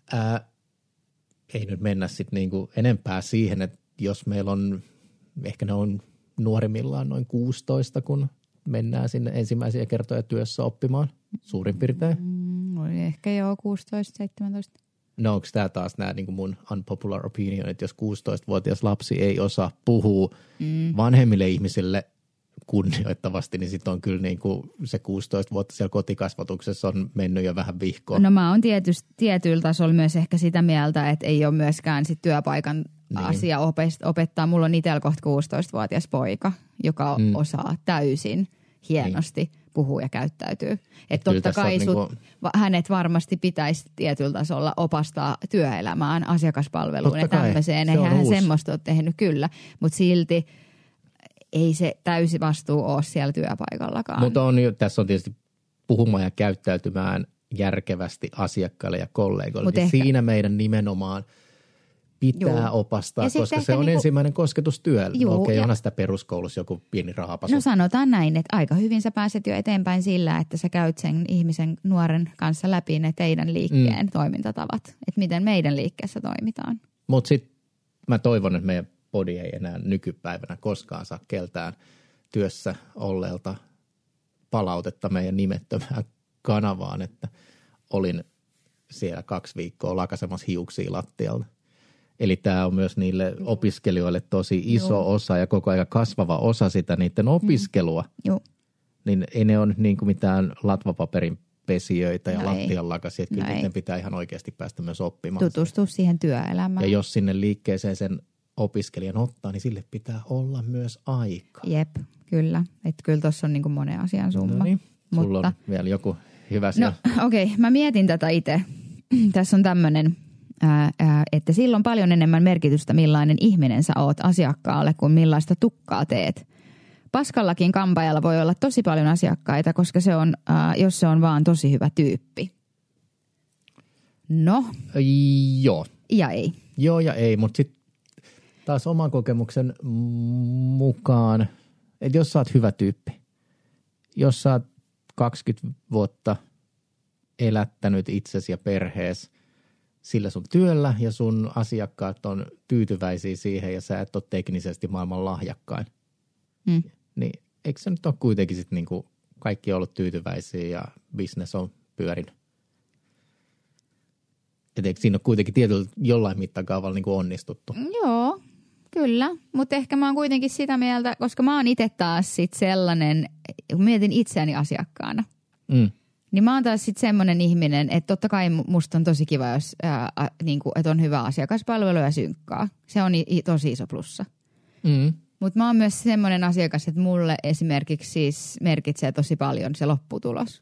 Ei nyt mennä sitten niin kuin enempää siihen, että jos meillä on, ehkä ne on nuorimmillaan noin 16, kun mennään sinne ensimmäisiä kertoja työssä oppimaan suurin piirtein. Oli ehkä jo 16, 17. No onko tämä taas nämä niin kuin mun unpopular opinion, että jos 16-vuotias lapsi ei osaa puhua vanhemmille ihmisille kunnioittavasti, niin sitten on kyllä niin kuin se 16 vuotta siellä kotikasvatuksessa on mennyt jo vähän vihkoon. No mä oon tietyllä tasolla myös ehkä sitä mieltä, että ei ole myöskään sit työpaikan asia opettaa. Mulla on itsellä kohta 16-vuotias poika, joka osaa täysin hienosti puhua ja käyttäytyy. Että totta kai hänet varmasti pitäisi tietyllä tasolla opastaa työelämään, asiakaspalveluun ja tämmöiseen. Eihän hän semmoista ole tehnyt kyllä, mutta silti ei se täysi vastuu ole siellä työpaikallakaan. Mutta tässä on tietysti puhumaan ja käyttäytymään järkevästi asiakkaille ja kollegoille. Ja siinä meidän nimenomaan pitää opastaa, koska se on ensimmäinen kosketus työllä. Okei, onhan sitä peruskoulussa joku pieni rahapasu. No sanotaan näin, että aika hyvin sä pääset jo eteenpäin sillä, että sä käyt sen ihmisen nuoren kanssa läpi ne teidän liikkeen toimintatavat. Että miten meidän liikkeessä toimitaan. Mutta sitten mä toivon, että meidän podi ei enää nykypäivänä koskaan saa keltään työssä olleelta palautetta meidän nimettömään kanavaan, että olin siellä 2 viikkoa lakasemassa hiuksia lattialta. Eli tämä on myös niille opiskelijoille tosi iso osa ja koko ajan kasvava osa sitä niiden opiskelua. Niin ei ne ole niin kuin mitään latvapaperin pesijöitä ja lattianlakasia. Kyllä niiden pitää ihan oikeasti päästä myös oppimaan. Tutustua siihen työelämään. Ja jos sinne liikkeeseen sen opiskelijan ottaa, niin sille pitää olla myös aika. Jep, kyllä. Että kyllä tuossa on niin kuin monen asian summa. No niin, sulla on vielä joku hyvä siellä. No okei, mä mietin tätä itse. Tässä on tämmöinen, että sillä on paljon enemmän merkitystä, millainen ihminen sä oot asiakkaalle, kuin millaista tukkaa teet. Paskallakin kampaajalla voi olla tosi paljon asiakkaita, koska se on, jos se on vaan tosi hyvä tyyppi. No. Joo. Ja ei. Joo ja ei, mutta sitten taas oman kokemuksen mukaan, että jos sä oot hyvä tyyppi, jos sä oot 20 vuotta elättänyt itsesi ja perheesi sillä sun työllä ja sun asiakkaat on tyytyväisiä siihen ja sä et ole teknisesti maailman lahjakkain, niin eikö se nyt ole kuitenkin sitten niinku kaikki on ollut tyytyväisiä ja business on pyörinyt. Et eikö siinä ole kuitenkin tietyllä jollain mittakaavalla niin kuin onnistuttu? Joo, kyllä. Mutta ehkä mä oon kuitenkin sitä mieltä, koska mä oon itse taas sit sellainen, kun mietin itseäni asiakkaana, niin mä oon taas sitten semmoinen ihminen, että totta kai musta on tosi kiva, jos niinku, että on hyvä asiakaspalvelu ja synkkaa. Se on tosi iso plussa. Mutta mä oon myös semmoinen asiakas, että mulle esimerkiksi siis merkitsee tosi paljon se lopputulos.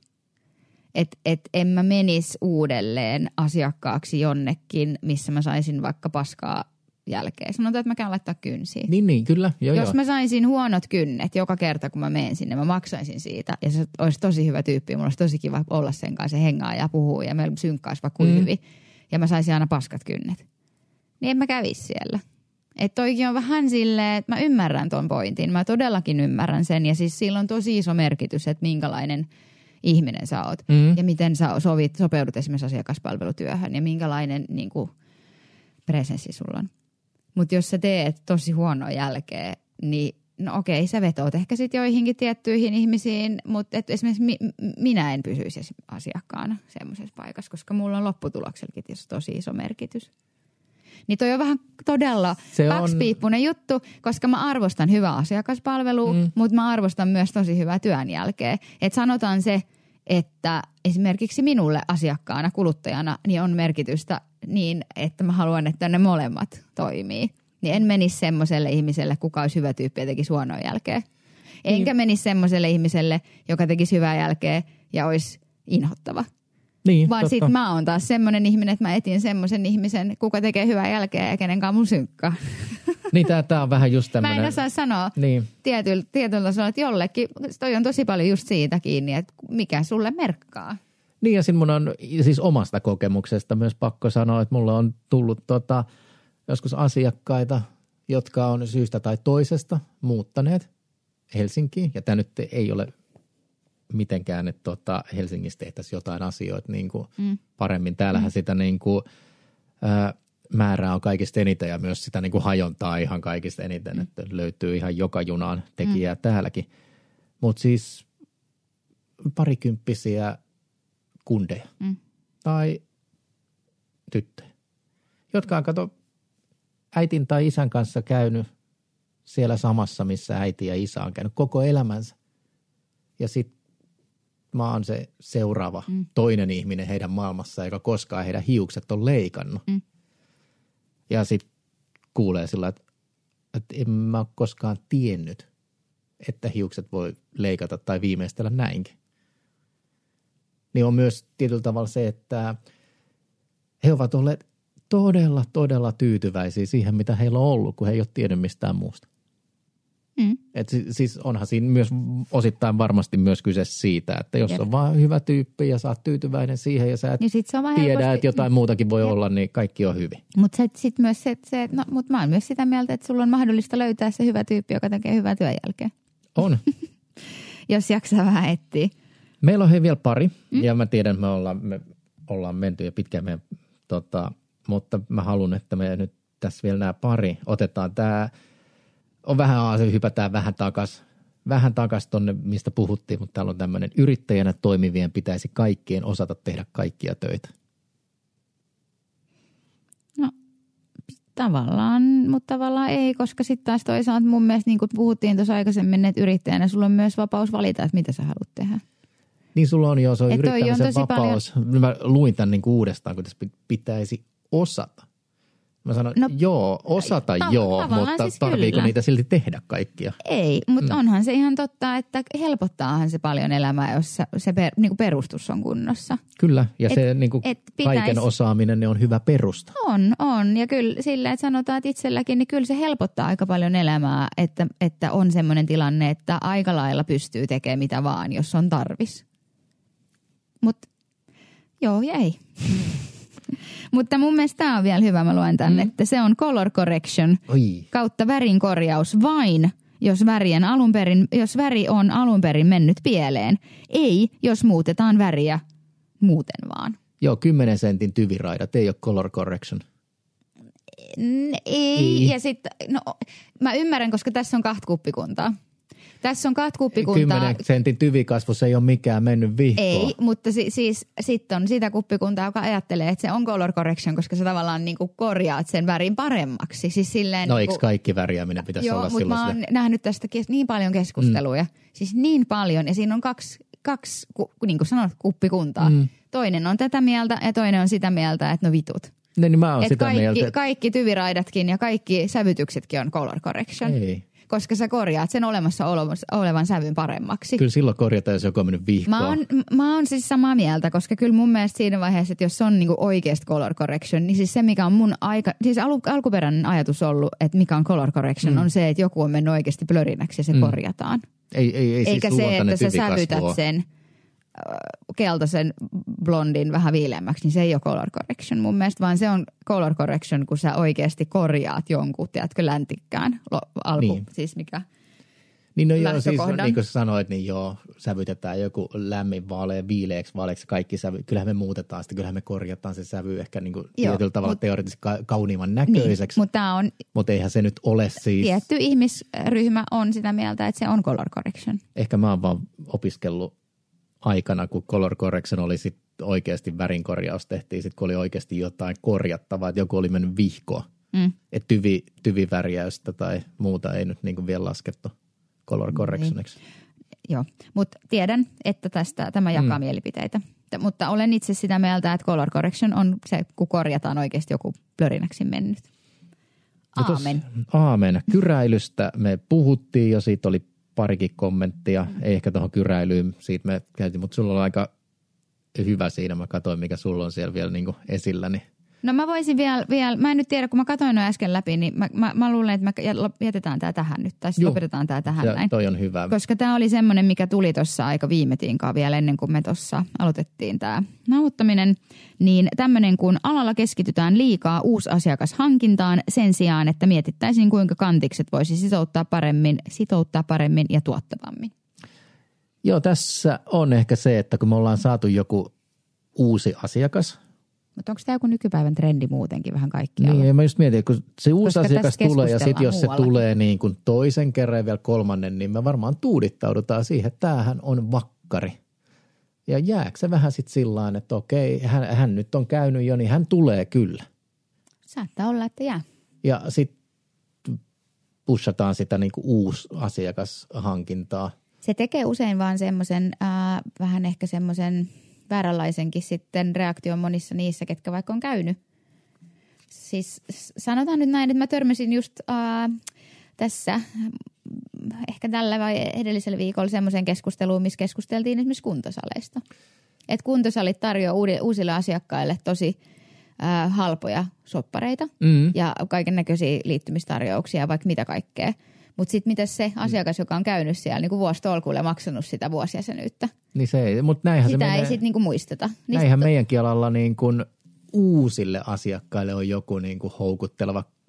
Että en mä menisi uudelleen asiakkaaksi jonnekin, missä mä saisin vaikka paskaa jälkeen. Sanotaan, että mä käyn laittaa kynsiä. Niin, kyllä. Jos mä saisin huonot kynnet joka kerta, kun mä menen sinne, mä maksaisin siitä. Ja se olisi tosi hyvä tyyppi. Mulla olisi tosi kiva olla sen kanssa, hengaa ja puhua ja meillä synkkaisi vaikka hyvin. Ja mä saisin aina paskat kynnet. Niin en mä kävisi siellä. Että toikin on vähän silleen, että mä ymmärrän ton pointin. Mä todellakin ymmärrän sen. Ja siis sillä on tosi iso merkitys, että minkälainen ihminen sä oot. Ja miten sä sopeudut esimerkiksi asiakaspalvelutyöhön. Ja minkälainen niin kuin, presenssi sulla on. Mutta jos sä teet tosi huonoa jälkeä, niin no okei, sä vetoot ehkä sitten joihinkin tiettyihin ihmisiin, mutta esimerkiksi minä en pysyisi asiakkaana semmoisessa paikassa, koska mulla on lopputuloksellakin tosi iso merkitys. Niin toi on vähän todella kaksipiippunen juttu, koska mä arvostan hyvää asiakaspalvelua, mutta mä arvostan myös tosi hyvää työn jälkeen. Että sanotaan se, että esimerkiksi minulle asiakkaana, kuluttajana, niin on merkitystä niin, että mä haluan, että ne molemmat toimii. Niin en menisi semmoiselle ihmiselle, kuka olisi hyvä tyyppi ja tekisi huonoa jälkeä. Enkä menisi semmoiselle ihmiselle, joka tekisi hyvää jälkeä ja olisi inhottava. Niin, vaan sitten mä oon taas semmoinen ihminen, että mä etin semmoisen ihmisen, kuka tekee hyvää jälkeä ja kenen kanssa mun synkkaa. Niin, tää on vähän just tämmöinen. Mä en osaa sanoa niin. tietyllä tasolla, että jollekin, toi on tosi paljon just siitä kiinni, että mikä sulle merkkaa. Niin ja siinä mun on siis omasta kokemuksesta myös pakko sanoa, että mulle on tullut joskus asiakkaita, jotka on syystä tai toisesta muuttaneet Helsinkiin. Ja tämä nyt ei ole mitenkään, että Helsingissä tehtäisiin jotain asioita niin kuin paremmin. Täällähän sitä niin kuin, määrää on kaikista eniten ja myös sitä niin kuin hajontaa ihan kaikista eniten, että löytyy ihan joka junaan tekijää täälläkin. Mutta siis parikymppisiä kundeja tai tyttöjä, jotka on äitin tai isän kanssa käynyt siellä samassa, missä äiti ja isä on käynyt koko elämänsä. Ja sitten mä oon se seuraava toinen ihminen heidän maailmassaan, joka koskaan heidän hiukset on leikannut. Ja sitten kuulee sillä, että en mä ole koskaan tiennyt, että hiukset voi leikata tai viimeistellä näinkin. Niin on myös tietyllä tavalla se, että he ovat olleet todella tyytyväisiä siihen, mitä heillä on ollut, kun he ei ole tiennyt mistään muusta. Et siis onhan siinä myös osittain varmasti myös kyse siitä, että jos on vaan hyvä tyyppi ja sä oot tyytyväinen siihen ja sä et tiedä, että jotain muutakin voi olla, niin kaikki on hyvin. Mutta sitten myös mutta mä oon myös sitä mieltä, että sulla on mahdollista löytää se hyvä tyyppi, joka tekee hyvää työn jälkeen. On. Jos jaksaa vähän etsiä. Meillä on vielä pari ja mä tiedän, että me ollaan menty jo pitkään meidän, mutta mä haluan, että me nyt tässä vielä nämä pari otetaan tämä. On hypätään vähän takas tonne, mistä puhuttiin, mutta täällä on tämmöinen yrittäjänä toimivien pitäisi kaikkien osata tehdä kaikkia töitä. No tavallaan, mutta tavallaan ei, koska sitten taas toisaalta mun mielestä niin kuin puhuttiin tuossa aikaisemmin, että yrittäjänä sulla on myös vapaus valita, että mitä sä haluat tehdä. Niin sulla on jo, se on yrittämisen vapaus. Paljon. Mä luin tämän niin kuin uudestaan, kun tässä pitäisi osata. Mä sanoin, osata mutta siis tarviiko kyllä niitä silti tehdä kaikkia? Ei, mutta onhan se ihan totta, että helpottaahan se paljon elämää, jos se niinku perustus on kunnossa. Kyllä, ja se niinku kaiken osaaminen ne on hyvä perusta. On, ja kyllä sillä, että sanotaan, että itselläkin, niin kyllä se helpottaa aika paljon elämää, että on semmoinen tilanne, että aika lailla pystyy tekemään mitä vaan, jos on tarvis. Mutta joo ja ei. Mutta mun mielestä tämä on vielä hyvä, mä luen tänne, että se on color correction kautta värin korjaus vain, jos väri on alun perin mennyt pieleen. Ei, jos muutetaan väriä muuten vaan. Joo, 10 sentin tyviraidat ei ole color correction. Ei. Ja sitten, mä ymmärrän, koska tässä on 2 kuppikuntaa. Tässä on 2 kuppikuntaa. 10 sentin tyvikasvus ei ole mikään mennyt vihkoon. Ei, mutta siis sitten on sitä kuppikuntaa, joka ajattelee, että se on color correction, koska sä tavallaan niinku korjaat sen värin paremmaksi. Siis silleen, no eikö kaikki värjääminen pitäisi olla silloin? Joo, mutta mä oon nähnyt tästä niin paljon keskusteluja. Siis niin paljon, ja siinä on kaksi niin kuin sanot, kuppikuntaa. Toinen on tätä mieltä ja toinen on sitä mieltä, että no vitut. Niin mä oon sitä mieltä. Kaikki tyviraidatkin ja kaikki sävytyksetkin on color correction. Ei. Koska sä korjaat sen olemassa olevan sävyn paremmaksi. Kyllä silloin korjataan, jos joku on mennyt vihkoon. Mä oon siis samaa mieltä, koska kyllä mun mielestä siinä vaiheessa, että jos on niinku oikeasti color correction, niin siis se mikä on mun siis alkuperäinen ajatus ollut, että mikä on color correction, on se, että joku on mennyt oikeasti blörinäksi ja se korjataan. Ei eikä siis se, että sä sävytät sen keltaisen blondin vähän viileämmäksi, niin se ei ole color correction mun mielestä, vaan se on color correction, kun sä oikeasti korjaat jonkun, tiedätkö, läntikkään siis mikä niin no joo, siis niin kuin sä sanoit, niin joo, sävytetään joku lämmin vaalea, viileäksi vaaleaksi kaikki sävy. Kyllähän me muutetaan sitä, kyllähän me korjataan se sävy ehkä niin kuin tietyllä tavalla teoreettisesti kauniimman näköiseksi. Niin, mutta eihän se nyt ole siis. Tietty ihmisryhmä on sitä mieltä, että se on color correction. Ehkä mä oon vaan opiskellut aikana, kun color correction oli sit oikeasti värinkorjaus tehtiin, sit kun oli oikeasti jotain korjattavaa, että joku oli mennyt vihkoon. Että tyvivärjäystä tai muuta ei nyt niin kuin vielä laskettu color correctioniksi. Joo, mutta tiedän, että tämä jakaa mielipiteitä. Mutta olen itse sitä mieltä, että color correction on se, kun korjataan oikeasti joku blörinäksi mennyt. Aamen. Aamen. Kyräilystä me puhuttiin jo, siitä oli parikin kommenttia. Ei ehkä tuohon kyräilyyn, siitä me käytiin, mutta sulla on aika hyvä siinä. Mä katsoin, mikä sulla on siellä vielä niin kuin esillä, niin. No mä voisin vielä, mä en nyt tiedä, kun mä katsoin no äsken läpi, niin mä luulen, että me jätetään tää tähän nyt, tai lopetetaan tää tähän näin. Toi on hyvä. Koska tää oli semmoinen, mikä tuli tuossa aika viimetiinkaan vielä ennen kuin me tuossa aloitettiin tää nauhoittaminen, niin tämmöinen, kun alalla keskitytään liikaa uusasiakashankintaan sen sijaan, että mietittäisiin, kuinka kantikset voisi sitouttaa paremmin ja tuottavammin. Joo, tässä on ehkä se, että kun me ollaan saatu joku uusi asiakas. Mutta onko tämä joku nykypäivän trendi muutenkin vähän kaikkialla? Niin, mä just mietin, kun se uusi asiakas tulee ja sitten jos se tulee niin kuin toisen kerran ja vielä kolmannen, niin me varmaan tuudittaudutaan siihen, että tämähän on vakkari. Ja jääkö se vähän sitten sillain, että okei, hän nyt on käynyt jo, niin hän tulee kyllä. Saattaa olla, että jää. Ja sitten pushataan sitä niin kuin uusi asiakashankintaa. Se tekee usein vaan semmoisen, vähän ehkä semmoisen vääränlaisenkin sitten reaktion monissa niissä, ketkä vaikka on käynyt. Siis sanotaan nyt näin, että mä törmäsin just tässä ehkä tällä vai edellisellä viikolla semmoisen keskusteluun, missä keskusteltiin esimerkiksi kuntosaleista. Että kuntosalit tarjoaa uusille asiakkaille tosi halpoja soppareita ja kaiken näköisiä liittymistarjouksia, vaikka mitä kaikkea. Mutta sitten miten se asiakas, joka on käynyt siellä niin kuin vuositolkulle ja maksanut sitä vuosijäsenyyttä? Niin se ei, mutta näinhän sitä se menee. Ei sitten niin muisteta. Näinhän meidänkin alalla niin kuin uusille asiakkaille on joku niin kuin houkutteleva -10,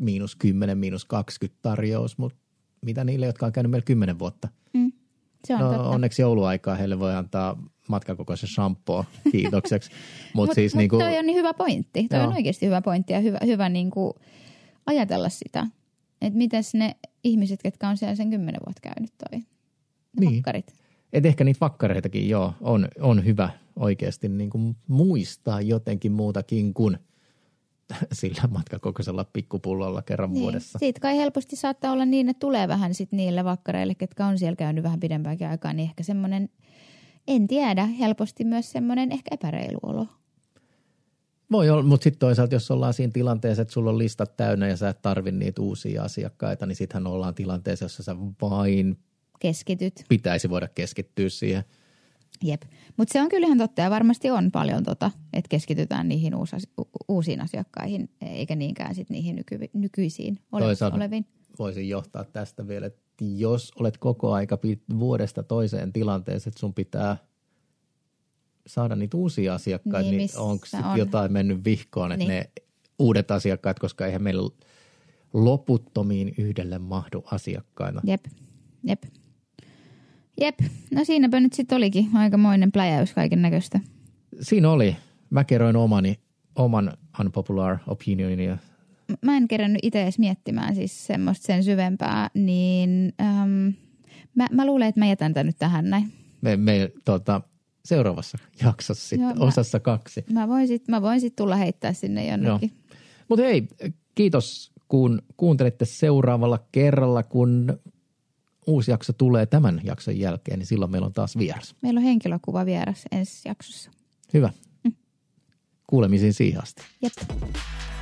-20 tarjous, mutta mitä niille, jotka on käynyt meillä 10 vuotta? Se on totta. Onneksi jouluaikaa heille voi antaa matkakokoisen shampoo kiitokseksi. Mutta siis niinku, toi on niin hyvä pointti. Toi on oikeasti hyvä pointti ja hyvä niinku ajatella sitä. Että mitäs ne ihmiset, ketkä on siellä sen 10 vuotta käynyt vakkarit. Et ehkä niitä vakkareitakin on hyvä oikeasti niinku muistaa jotenkin muutakin kuin sillä matkakokoisella pikkupullolla kerran vuodessa. Siitä kai helposti saattaa olla niin, että tulee vähän sit niille vakkareille, ketkä on siellä käynyt vähän pidempääkin aikaa, niin ehkä semmoinen, en tiedä, helposti myös semmoinen ehkä epäreilu olo. Voi olla, mutta sitten toisaalta, jos ollaan siinä tilanteessa, että sulla on listat täynnä ja sä et tarvi niitä uusia asiakkaita, niin sittenhän ollaan tilanteessa, jossa sä vain keskityt. Pitäisi voida keskittyä siihen. Jep, mutta se on kyllä ihan totta ja varmasti on paljon että keskitytään niihin uusiin asiakkaihin, eikä niinkään sitten niihin nykyisiin oleviin. Voisin johtaa tästä vielä, että jos olet koko aika vuodesta toiseen tilanteeseen, että sun pitää saada niitä uusia asiakkaita, niin onko jotain mennyt vihkoon, että ne uudet asiakkaat, koska eihän meillä loputtomiin yhdelle mahdu asiakkaina. Jep, no siinäpä nyt sitten olikin aikamoinen pläjäys kaiken näköistä. Siinä oli. Mä kerroin oman unpopular opinionia. Mä en kerännyt itse edes miettimään siis semmoista sen syvempää, niin Mä luulen, että mä jätän tämän nyt tähän näin. Me seuraavassa jaksossa sitten, osassa 2. Mä voin sit tulla heittää sinne jonnekin. Mutta hei, kiitos kun kuuntelette seuraavalla kerralla, kun uusi jakso tulee tämän jakson jälkeen, niin silloin meillä on taas vieras. Meillä on henkilökuva vieras ensi jaksossa. Hyvä. Kuulemisiin siihen asti. Jep.